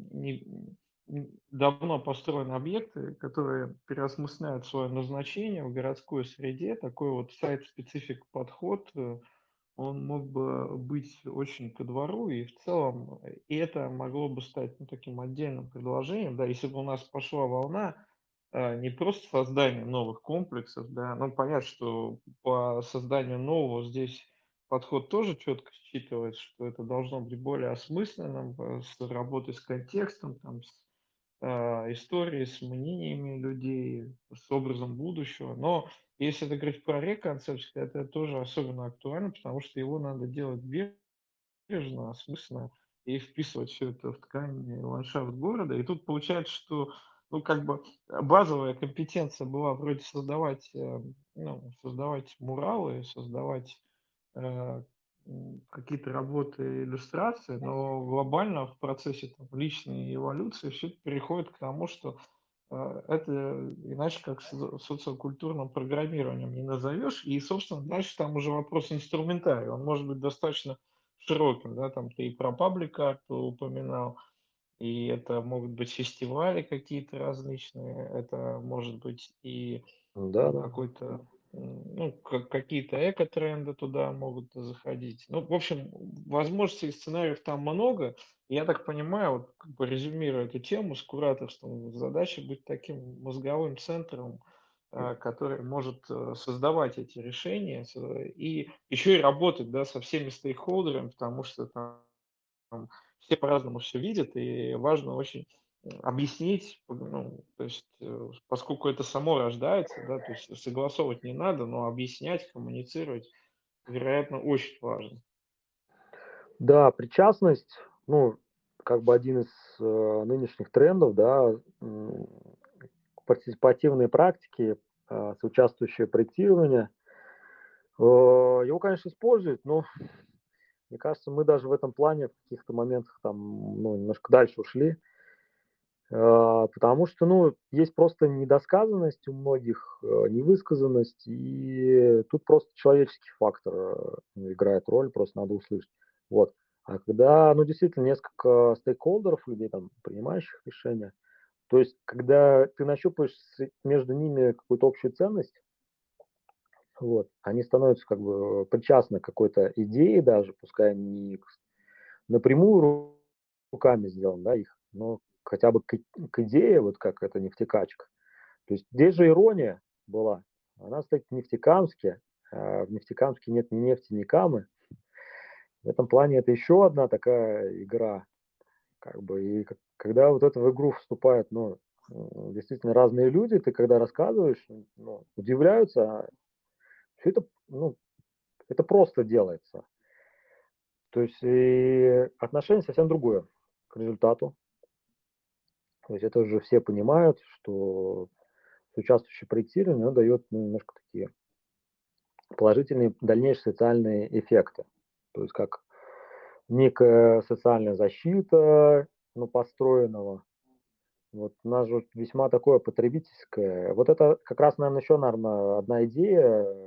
Speaker 1: давно построенные объекты, которые переосмысляют свое назначение в городской среде, такой вот сайт-специфик подход он мог бы быть очень ко двору, и в целом, и это могло бы стать, ну, таким отдельным предложением, да, если бы у нас пошла волна, не просто создания новых комплексов, да, ну, понятно, что по созданию нового здесь подход тоже четко считывается, что это должно быть более осмысленным, с работой с контекстом, там, с историей, с мнениями людей, с образом будущего. Но если это говорить про реконцепцию, это тоже особенно актуально, потому что его надо делать бережно, осмысленно и вписывать все это в ткань ландшафт города. И тут получается, что, ну, как бы базовая компетенция была вроде создавать, ну, создавать муралы, создавать э, какие-то работы, иллюстрации, но глобально в процессе там, личной эволюции все это переходит к тому, что это иначе как социокультурным программированием не назовешь. И, собственно, дальше там уже вопрос инструментария. Он может быть достаточно широким, да, там ты и про паблик-арт упоминал, и это могут быть фестивали какие-то различные, это может быть и
Speaker 2: Да-да.
Speaker 1: какой-то, ну, какие-то эко-тренды туда могут заходить. Ну, в общем, возможностей и сценариев там много. Я так понимаю, вот как бы резюмируя эту тему с кураторством, задача быть таким мозговым центром, который может создавать эти решения и еще и работать, да, со всеми стейкхолдерами, потому что там все по-разному все видят, и важно очень объяснить, ну, то есть, поскольку это само рождается, да, то есть согласовывать не надо, но объяснять, коммуницировать, вероятно, очень важно.
Speaker 2: Да, причастность, ну, как бы один из, нынешних трендов, да, партиципативные практики, соучаствующее проектирование. Его, конечно, используют, но мне кажется, мы даже в этом плане в каких-то моментах там, ну, немножко дальше ушли. Потому что, ну, есть просто недосказанность у многих, невысказанность, и тут просто человеческий фактор, играет роль, просто надо услышать. Вот. А когда, ну, действительно несколько стейкхолдеров, людей, там, принимающих решения, то есть когда ты нащупаешь между ними какую-то общую ценность, вот, они становятся как бы причастны к какой-то идее даже, пускай не напрямую руками сделан, да, их, но хотя бы к идее, вот как эта нефтекачка. То есть здесь же ирония была. Она стоит в Нефтекамске, а в Нефтекамске нет ни нефти, ни камы. В этом плане это еще одна такая игра, как бы. И когда вот это в игру вступают, ну, действительно разные люди, ты когда рассказываешь, ну, удивляются, всё это, ну, это просто делается. То есть и отношение совсем другое к результату. То есть это уже все понимают, что участвующее проектирование, оно дает, ну, немножко такие положительные дальнейшие социальные эффекты. То есть как некая социальная защита, ну, построенного. Вот у нас же весьма такое потребительское. Вот это как раз, наверное, еще, наверное, одна идея,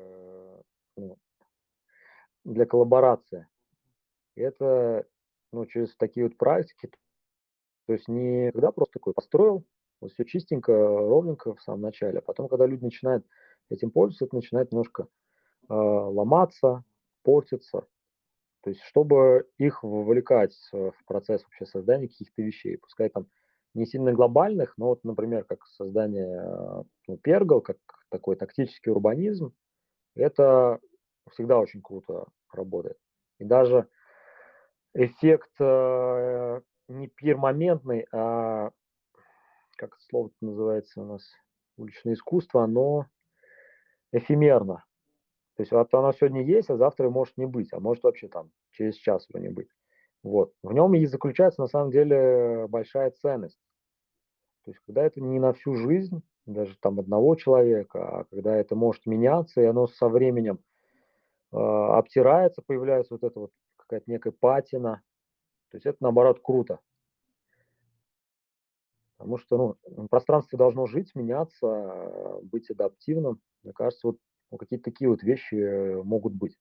Speaker 2: ну, для коллаборации. Это, ну, через такие вот практики, то есть не когда просто такой построил, вот все чистенько, ровненько в самом начале, а потом, когда люди начинают этим пользоваться, это начинает немножко, ломаться, портиться. То есть чтобы их вовлекать, в процесс вообще создания каких-то вещей, пускай там не сильно глобальных, но вот, например, как создание, ну, Pergola, как такой тактический урбанизм, это всегда очень круто работает. И даже эффект, не пермоментный, как это слово называется у нас, уличное искусство, оно эфемерно. То есть вот оно сегодня есть, а завтра может не быть, а может вообще там через час его не быть. Вот. В нем и заключается на самом деле большая ценность. То есть когда это не на всю жизнь, даже там одного человека, а когда это может меняться, и оно со временем, обтирается, появляется вот эта вот какая-то некая патина. То есть это наоборот круто, потому что, ну, пространство должно жить, меняться, быть адаптивным. Мне кажется, вот, ну, какие-то такие вот вещи, могут быть.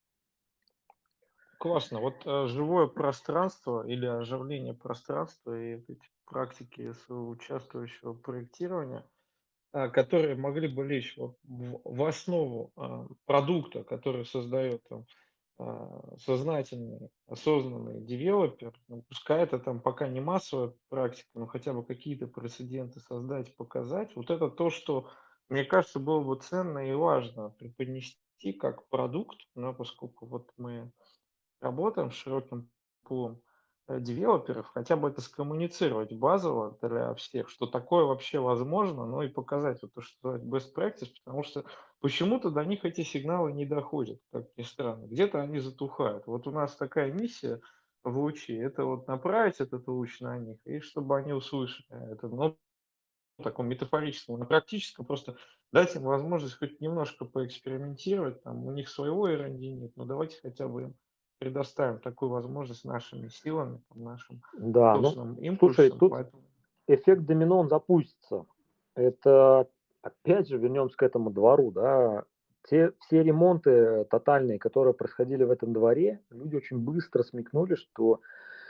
Speaker 1: Классно. Вот, живое пространство или оживление пространства и вот эти практики соучаствующего проектирования, которые могли бы лечь вот в основу, продукта, который создает там, сознательный, осознанный девелопер. Ну, пускай это там пока не массовая практика, но хотя бы какие-то прецеденты создать, показать. Вот это то, что, мне кажется, было бы ценно и важно преподнести как продукт, но поскольку вот мы работаем с широким пулом, девелоперов, хотя бы это скоммуницировать базово для всех, что такое вообще возможно, ну и показать вот то, что называется best practice, потому что почему-то до них эти сигналы не доходят, как ни странно. Где-то они затухают. Вот у нас такая миссия в луче, это вот направить этот луч на них, и чтобы они услышали это, ну, таком метафорическом, на практическом, просто дать им возможность хоть немножко поэкспериментировать, там у них своего R&D нет, но давайте хотя бы им предоставим такую возможность нашими силами, там, нашим
Speaker 2: Да, ну,
Speaker 1: собственным
Speaker 2: слушай,
Speaker 1: импульсом,
Speaker 2: тут
Speaker 1: поэтому
Speaker 2: эффект домино, он запустится. Это, опять же, вернемся к этому двору, да. Те все ремонты тотальные, которые происходили в этом дворе, люди очень быстро смекнули, что,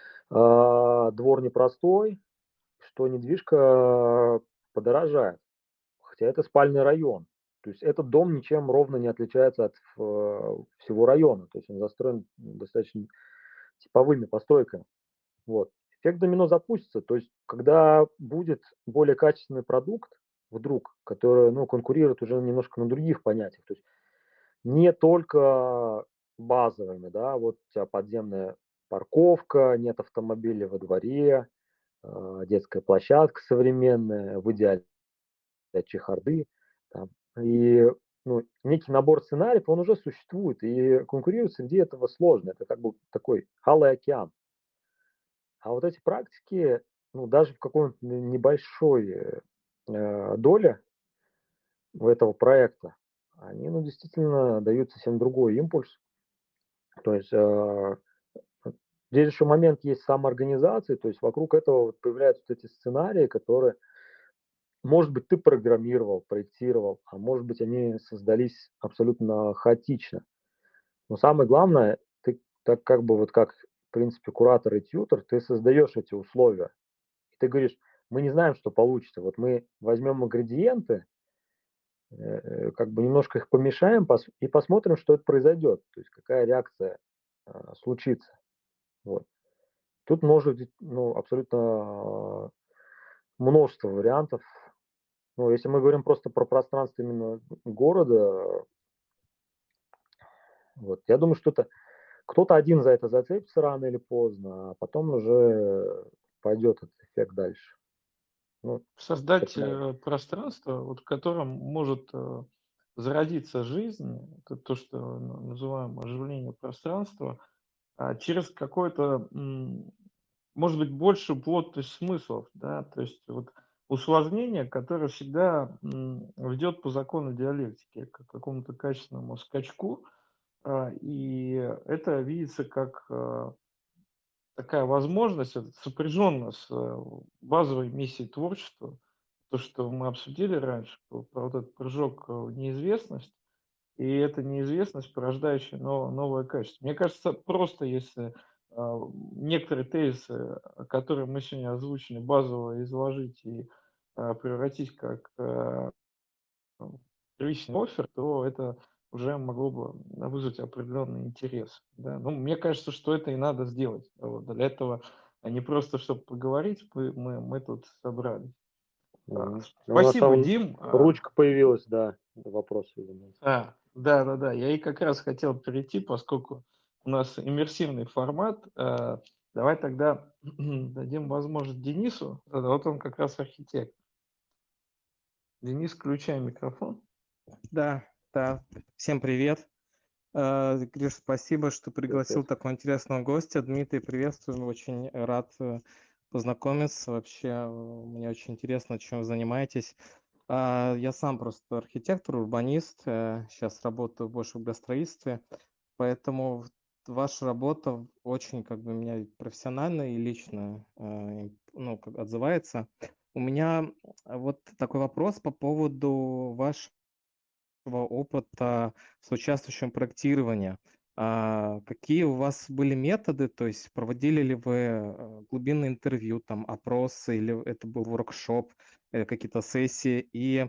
Speaker 2: двор непростой, что недвижка подорожает, хотя это спальный район. То есть этот дом ничем ровно не отличается от всего района. То есть он застроен достаточно типовыми постройками. Вот. Эффект домино запустится. То есть, когда будет более качественный продукт вдруг, который, ну, конкурирует уже немножко на других понятиях, то есть не только базовыми, да, вот у тебя подземная парковка, нет автомобиля во дворе, детская площадка современная, в идеале чехарды, там, и, ну, некий набор сценариев, он уже существует, и конкурировать среди этого сложно. Это как бы такой алый океан. А вот эти практики, ну, даже в какой-нибудь небольшой, доле у этого проекта, они, ну, действительно дают совсем другой импульс. То есть, здесь еще момент есть самоорганизации, то есть вокруг этого вот появляются вот эти сценарии, которые, может быть, ты программировал, проектировал, а может быть, они создались абсолютно хаотично. Но самое главное, ты так как бы вот как, в принципе, куратор и тьютор, ты создаешь эти условия. И ты говоришь: "Мы не знаем, что получится. Вот мы возьмем ингредиенты, как бы немножко их помешаем и посмотрим, что это произойдет, то есть какая реакция, случится". Вот. Тут может быть, ну, абсолютно, множество вариантов. Ну, если мы говорим просто про пространство именно города, вот, я думаю, что это кто-то один за это зацепится рано или поздно, а потом уже пойдет этот эффект дальше. Ну, это
Speaker 1: Создать,
Speaker 2: мое.
Speaker 1: пространство, вот в котором может, зародиться жизнь, это то, что называем оживление пространства, через какое-то, может быть, большую плотность смыслов, да. То есть вот усложнение, которое всегда, ведет по закону диалектики к какому-то качественному скачку, и это видится как, такая возможность, это сопряженно с, базовой миссией творчества. То, что мы обсудили раньше, про вот этот прыжок, в неизвестность, и эта неизвестность, порождающая новое качество. Мне кажется, просто если, некоторые тезисы, которые мы сегодня озвучили, базово изложить и, превратить как, первичный оффер, то это уже могло бы вызвать определенный интерес, да. Ну, мне кажется, что это и надо сделать. Вот. Для этого, а не просто чтобы поговорить, мы тут собрались.
Speaker 2: Мгм. Ну, у нас
Speaker 1: Спасибо,
Speaker 2: там
Speaker 1: Дим.
Speaker 2: ручка появилась, да, вопрос, видимо.
Speaker 1: Да-да-да, я и как раз хотел перейти, поскольку у нас иммерсивный формат. Давай тогда дадим возможность Денису. Вот он как раз архитектор. Денис, включай микрофон.
Speaker 3: Да, да. Всем привет. Гриш, спасибо, что
Speaker 2: Привет,
Speaker 3: пригласил
Speaker 2: привет.
Speaker 3: такого интересного гостя. Дмитрий, приветствую. Очень рад познакомиться. Вообще, мне очень интересно, чем вы занимаетесь. Я сам просто архитектор, урбанист. Сейчас работаю больше в градостроительстве. Поэтому ваша работа очень как бы меня профессионально и лично ну, отзывается. У меня вот такой вопрос по поводу вашего опыта с участвующим проектировании. Какие у вас были методы? То есть проводили ли вы глубинные интервью, там, опросы, или это был воркшоп, какие-то сессии? И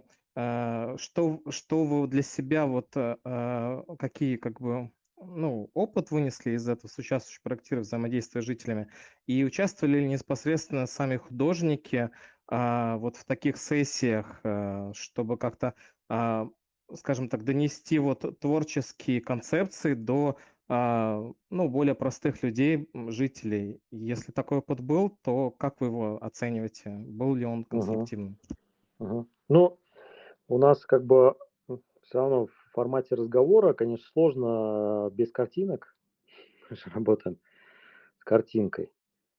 Speaker 3: что вы для себя, вот какие как бы ну, опыт вынесли из этого с участвующим проектированием, взаимодействия с жителями? И участвовали ли непосредственно сами художники вот в таких сессиях, чтобы как-то а, скажем так, донести вот творческие концепции до, ну, более простых людей, жителей. Если такой опыт был, то как вы его оцениваете? Был ли он
Speaker 2: Мгм,
Speaker 3: конструктивным?
Speaker 2: мгм. Ну, у нас как бы, все равно в формате разговора, конечно, сложно без картинок. Мы же работаем с картинкой.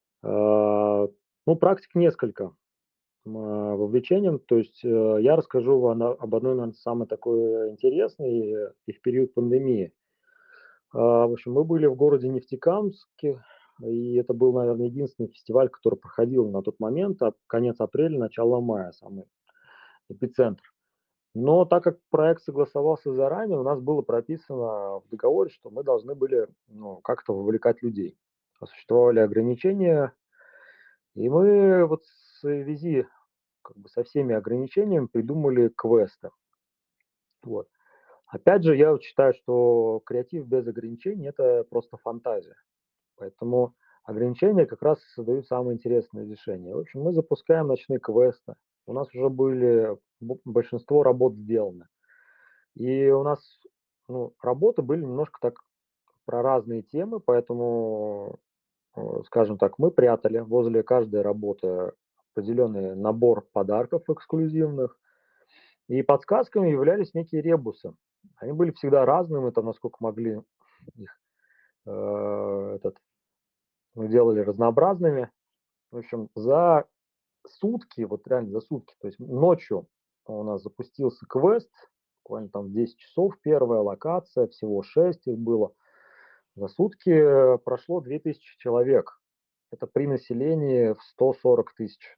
Speaker 2: А, ну, практик несколько, вовлечением. То есть, я расскажу об одной, наверно, самой такой интересной, и в период пандемии. В общем, мы были в городе Нефтекамске, и это был, наверное, единственный фестиваль, который проходил на тот момент, конец апреля, начало мая, самый эпицентр. Но так как проект согласовался заранее, у нас было прописано в договоре, что мы должны были, ну, как-то вовлекать людей. Существовали ограничения, и мы вот в связи как бы со всеми ограничениями придумали квесты. Вот. Опять же, я вот считаю, что креатив без ограничений — это просто фантазия. Поэтому ограничения как раз создают самые интересные решения. В общем, мы запускаем ночные квесты. У нас уже были большинство работ сделаны. И у нас, ну, работы были немножко так про разные темы, поэтому, скажем так, мы прятали возле каждой работы определенный набор подарков эксклюзивных, и подсказками являлись некие ребусы. Они были всегда разными, это насколько могли их этот, мы делали разнообразными. В общем, за сутки, вот реально за сутки, то есть ночью у нас запустился квест, буквально там в 10 часов первая локация, всего 6 их было. За сутки прошло 2000 человек. Это при населении в 140 тысяч,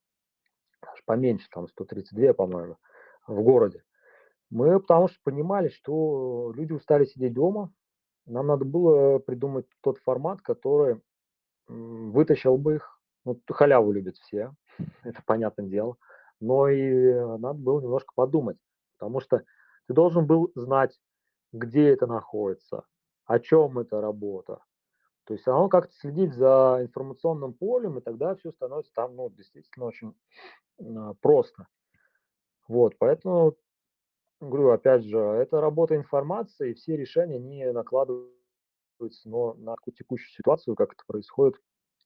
Speaker 2: аж поменьше, там 132, по-моему, в городе. Мы потому что понимали, что люди устали сидеть дома. Нам надо было придумать тот формат, который вытащил бы их. Ну, халяву любят все, это понятное дело. Но и надо было немножко подумать, потому что ты должен был знать, где это находится, о чем эта работа. То есть всё равно как-то следить за информационным полем, и тогда все становится там, ну, действительно очень, просто. Вот, поэтому, говорю, опять же, это работа информации, и все решения, не накладываются, но на такую текущую ситуацию, как это происходит,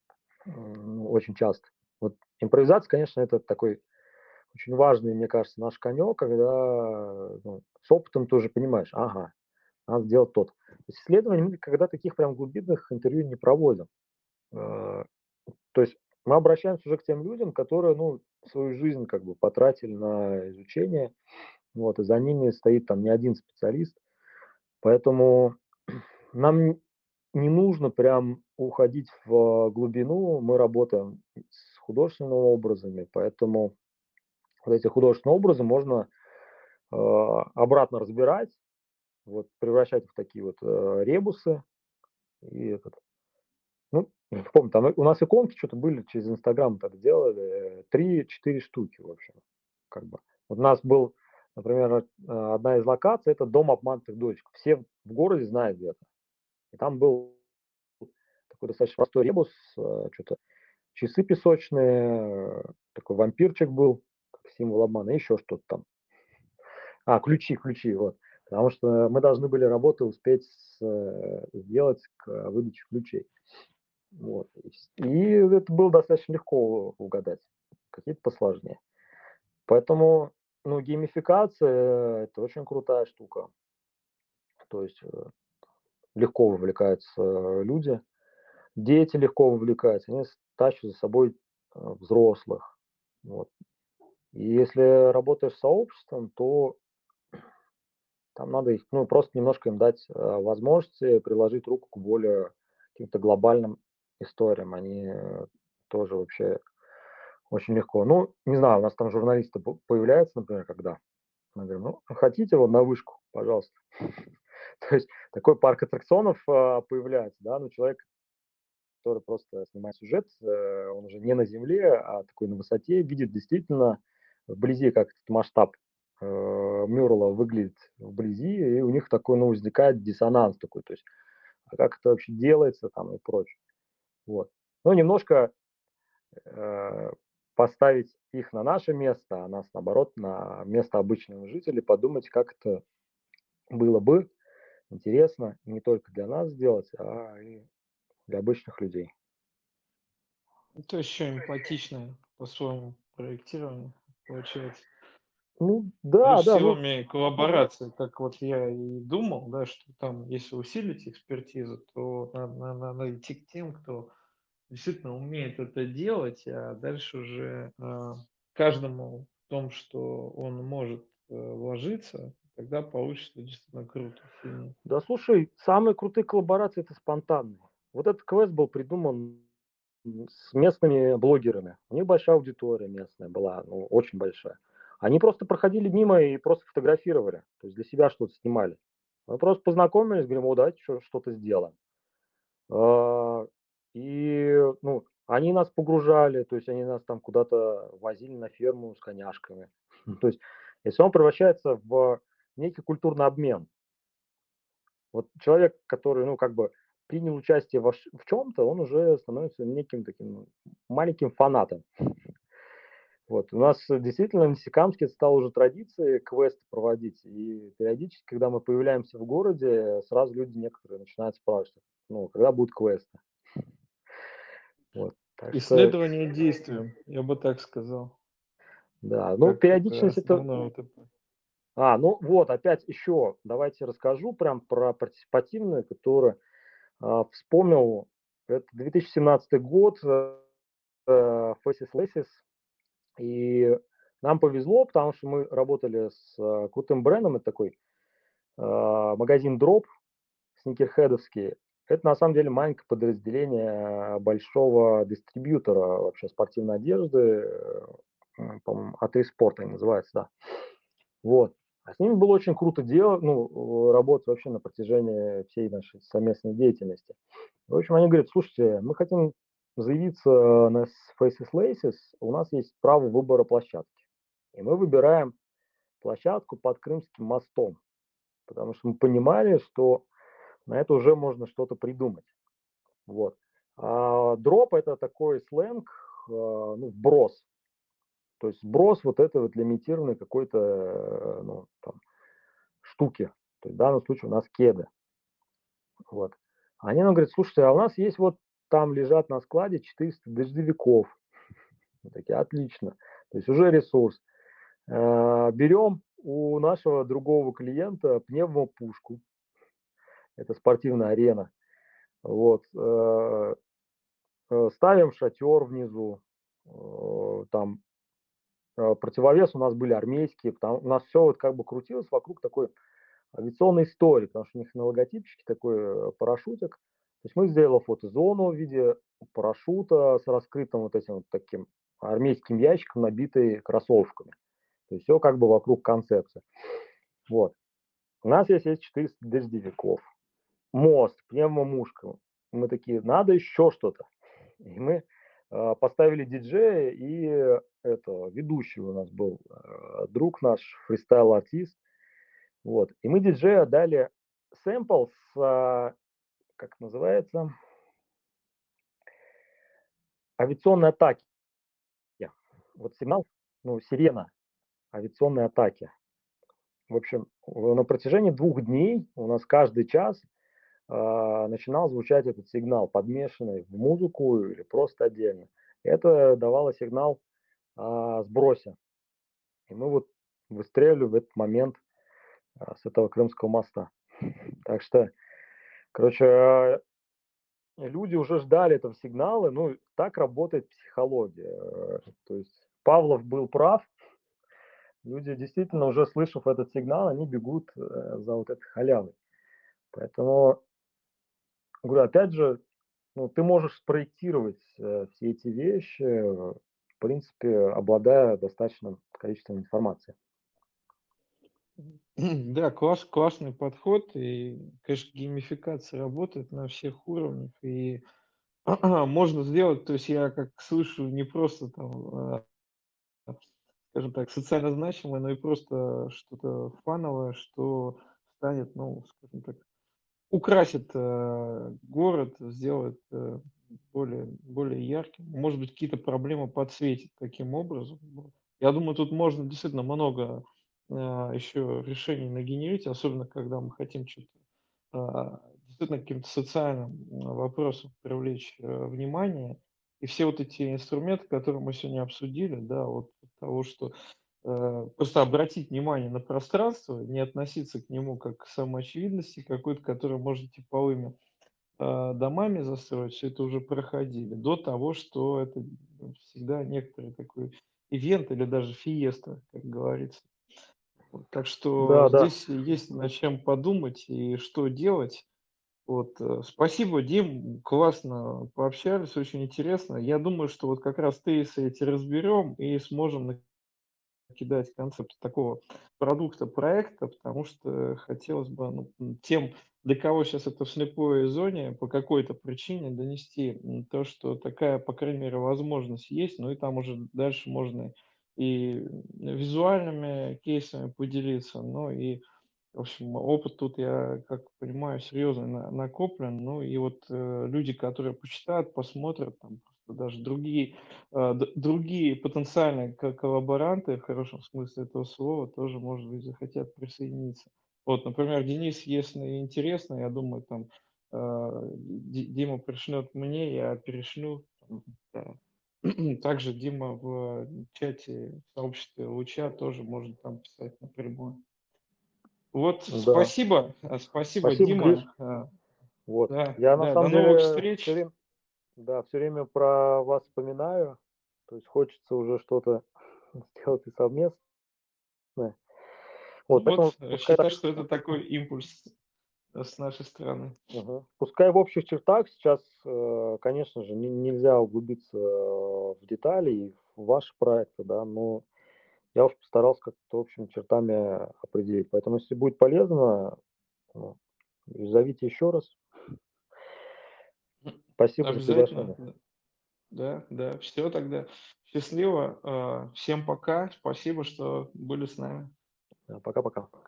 Speaker 2: ну, очень часто. Вот импровизация, конечно, это такой очень важный, мне кажется, наш конек, когда, ну, с опытом ты уже понимаешь: ага, надо сделать то-то. То есть исследований мы никогда таких прям глубинных интервью не проводим. Э, то есть мы обращаемся уже к тем людям, которые, ну, свою жизнь как бы потратили на изучение, вот, и за ними стоит там не один специалист. Поэтому нам не нужно прям уходить в глубину. Мы работаем с художественными образами, поэтому вот эти художественные образы можно, обратно разбирать, вот, превращать в такие вот, ребусы. И этот, ну, помню, там у нас иконки что то были, через "Инстаграм" так делали, 3-4 штуки, в общем, как бы. Вот у нас был, например, одна из локаций — это дом обманутых дочек. Все в городе знают, где это. И там был такой достаточно простой ребус, что то часы песочные, такой вампирчик был, как символ обмана, и еще что-то там. Ключи, вот. Потому что мы должны были работу успеть сделать к выдаче ключей. Вот. И это было достаточно легко угадать, какие-то посложнее. Поэтому, ну, геймификация — это очень крутая штука. То есть, легко вовлекаются люди, дети легко вовлекаются, они тащат за собой, взрослых. Вот. И если работаешь с сообществом, то там надо их, ну, просто немножко им дать, возможности приложить руку к более каким-то глобальным историям. Они, тоже вообще очень легко. Ну, не знаю, у нас там журналисты появляются, например, когда мы говорим: "Ну, хотите вот на вышку, пожалуйста". То есть такой парк аттракционов, появляется, да, но человек, который просто снимает сюжет, он уже не на земле, а такой на высоте, видит действительно вблизи, как этот масштаб, Мюрреля выглядит вблизи, и у них такой, ну, возникает диссонанс такой, то есть, а как это вообще делается там и прочее. Вот. Ну, немножко, э, поставить их на наше место, а нас, наоборот, на место обычных жителей, подумать, как это было бы интересно не только для нас сделать, а и для обычных людей.
Speaker 1: Это еще эмпатичное по-своему проектирование получается.
Speaker 2: Ну да,
Speaker 1: Плюс
Speaker 2: да, ну
Speaker 1: силами коллаборации, как вот я и думал, да, что там, если усилить экспертизу, то надо идти к тем, кто действительно умеет это делать, а дальше уже каждому в том, что он может вложиться, тогда получится действительно круто, сильно.
Speaker 2: да, слушай, самые крутые коллаборации — это спонтанные. Вот этот квест был придуман, с местными блогерами. У них большая аудитория местная была, ну, очень большая. Они просто проходили мимо и просто фотографировали, то есть для себя что-то снимали. Мы просто познакомились, говорим: "О, давайте что-то сделаем". А, ну, они нас погружали, то есть они нас там куда-то возили на ферму с коняшками. То есть и всё равно превращается в некий культурный обмен. Вот человек, который, ну, как бы принял участие в чем-то, он уже становится неким таким, ну, маленьким фанатом. Вот. У нас, действительно, в Нефтекамске это стало уже традицией квест проводить. И периодически, когда мы появляемся в городе, сразу люди некоторые начинают спрашивать, ну, когда будут квесты. Вот. Так что,
Speaker 1: Исследование действием, я бы так сказал,
Speaker 2: да, ну,
Speaker 1: как это
Speaker 2: периодичность это.
Speaker 1: основное вот это.
Speaker 2: Ну вот, опять еще давайте расскажу прям про партиципативное, которое, вспомнил. Это 2017 год, Faces Laces. И нам повезло, потому что мы работали с, крутым брендом. Это такой, магазин Drop, сникерхедовский. Это на самом деле маленькое подразделение большого дистрибьютора вообще спортивной одежды, по-моему, А3 Спорт они называются, да. Вот. А с ними было очень круто работать вообще на протяжении всей нашей совместной деятельности. В общем, они говорят: слушайте, мы хотим заявиться на Faces Laces, у нас есть право выбора площадки. И мы выбираем площадку под Крымским мостом, потому что мы понимали, что на это уже можно что-то придумать. Вот. А дроп это такой сленг, вброс. То есть сброс вот этой вот лимитированной какой-то, штуки. То есть в данном случае у нас кеды. Вот. Они нам говорят: слушайте, а у нас есть вот там лежат на складе 400 дождевиков. Мы такие: отлично. То есть уже ресурс. Берем у нашего другого клиента пневмопушку. Это спортивная арена. Вот. Ставим шатер внизу. Там противовес у нас были армейские. У нас все вот как бы крутилось вокруг такой авиационной истории, потому что у них на логотипчике такой парашютик. То есть мы сделали фотозону в виде парашюта с раскрытым вот этим вот таким армейским ящиком, набитый кроссовками. То есть все как бы вокруг концепции. Вот. У нас есть 400 дождевиков, мост, пневмомушка. Мы такие: надо еще что-то. И мы поставили диджея и ведущий у нас был друг наш, фристайл-артист. Вот. И мы диджею дали сэмпл с, как это называется, авиационной атаки. Вот сигнал, сирена авиационной атаки. В общем, на протяжении 2 дней у нас каждый час начинал звучать этот сигнал, подмешанный в музыку или просто отдельно. Это давало сигнал о сбросе. И мы вот выстреливали в этот момент с этого Крымского моста. Так что, короче, люди уже ждали этого сигнала. Так работает психология. То есть Павлов был прав. Люди действительно, уже слышав этот сигнал, они бегут за вот этой халявой. Поэтому, говорю, опять же, ты можешь спроектировать все эти вещи, в принципе, обладая достаточным количеством информации.
Speaker 1: Да, классный подход. И, конечно, геймификация работает на всех уровнях. И можно сделать, то есть я как слышу, не просто там, скажем так, социально значимое, но и просто что-то фановое, что станет, скажем так, украсит город, сделает более ярким. Может быть, какие-то проблемы подсветит таким образом. Вот. Я думаю, тут можно действительно много еще решений нагенерить, особенно когда мы хотим что-то действительно каким-то социальным вопросом привлечь внимание. И все вот эти инструменты, которые мы сегодня обсудили, да, вот от того, что просто обратить внимание на пространство, не относиться к нему как к самоочевидности какой-то, которую можно типовыми домами застроить, все это уже проходили, до того, что это всегда некоторый такой ивент или даже фиеста, как говорится. Вот, так что
Speaker 2: Да, да.
Speaker 1: здесь есть над чем подумать и что делать. Вот, спасибо, Дим, классно пообщались, очень интересно. Я думаю, что вот как раз тезисы эти разберем и сможем кидать концепт такого продукта, проекта, потому что хотелось бы, тем, для кого сейчас это в слепой зоне, по какой-то причине донести то, что такая, по крайней мере, возможность есть, ну и там уже дальше можно и визуальными кейсами поделиться, ну и в общем, опыт тут, я как понимаю, серьезный накоплен. Ну и вот люди, которые почитают, посмотрят, там просто даже другие потенциальные коллаборанты, в хорошем смысле этого слова, тоже, может быть, захотят присоединиться. Вот, например, Денис, если интересно, я думаю, там Дима пришлет мне, я перешлю. Да. Также Дима в чате в сообществе Луча тоже может там писать напрямую. Вот,
Speaker 2: Да.
Speaker 1: спасибо,
Speaker 2: Спасибо, Гриш.
Speaker 1: Дима.
Speaker 2: Вот.
Speaker 1: Да,
Speaker 2: Я на
Speaker 1: да, до
Speaker 2: самом
Speaker 1: новых
Speaker 2: деле
Speaker 1: встреч.
Speaker 2: все время про вас вспоминаю. То есть хочется уже что-то сделать и совместное. Вот,
Speaker 1: Вот,
Speaker 2: поэтому пускай
Speaker 1: считай,
Speaker 2: так.
Speaker 1: что это такой импульс. с нашей стороны.
Speaker 2: Мгм. Пускай в общих чертах сейчас, конечно же, нельзя углубиться в детали и в ваши проекты, да, но я уж постарался как-то общими чертами определить. Поэтому, если будет полезно, ну, зовите еще раз. Спасибо за
Speaker 1: Обязательно.
Speaker 2: приглашение.
Speaker 1: Да, да. Все тогда. Счастливо. Всем пока. Спасибо, что были с нами.
Speaker 2: Да, пока-пока.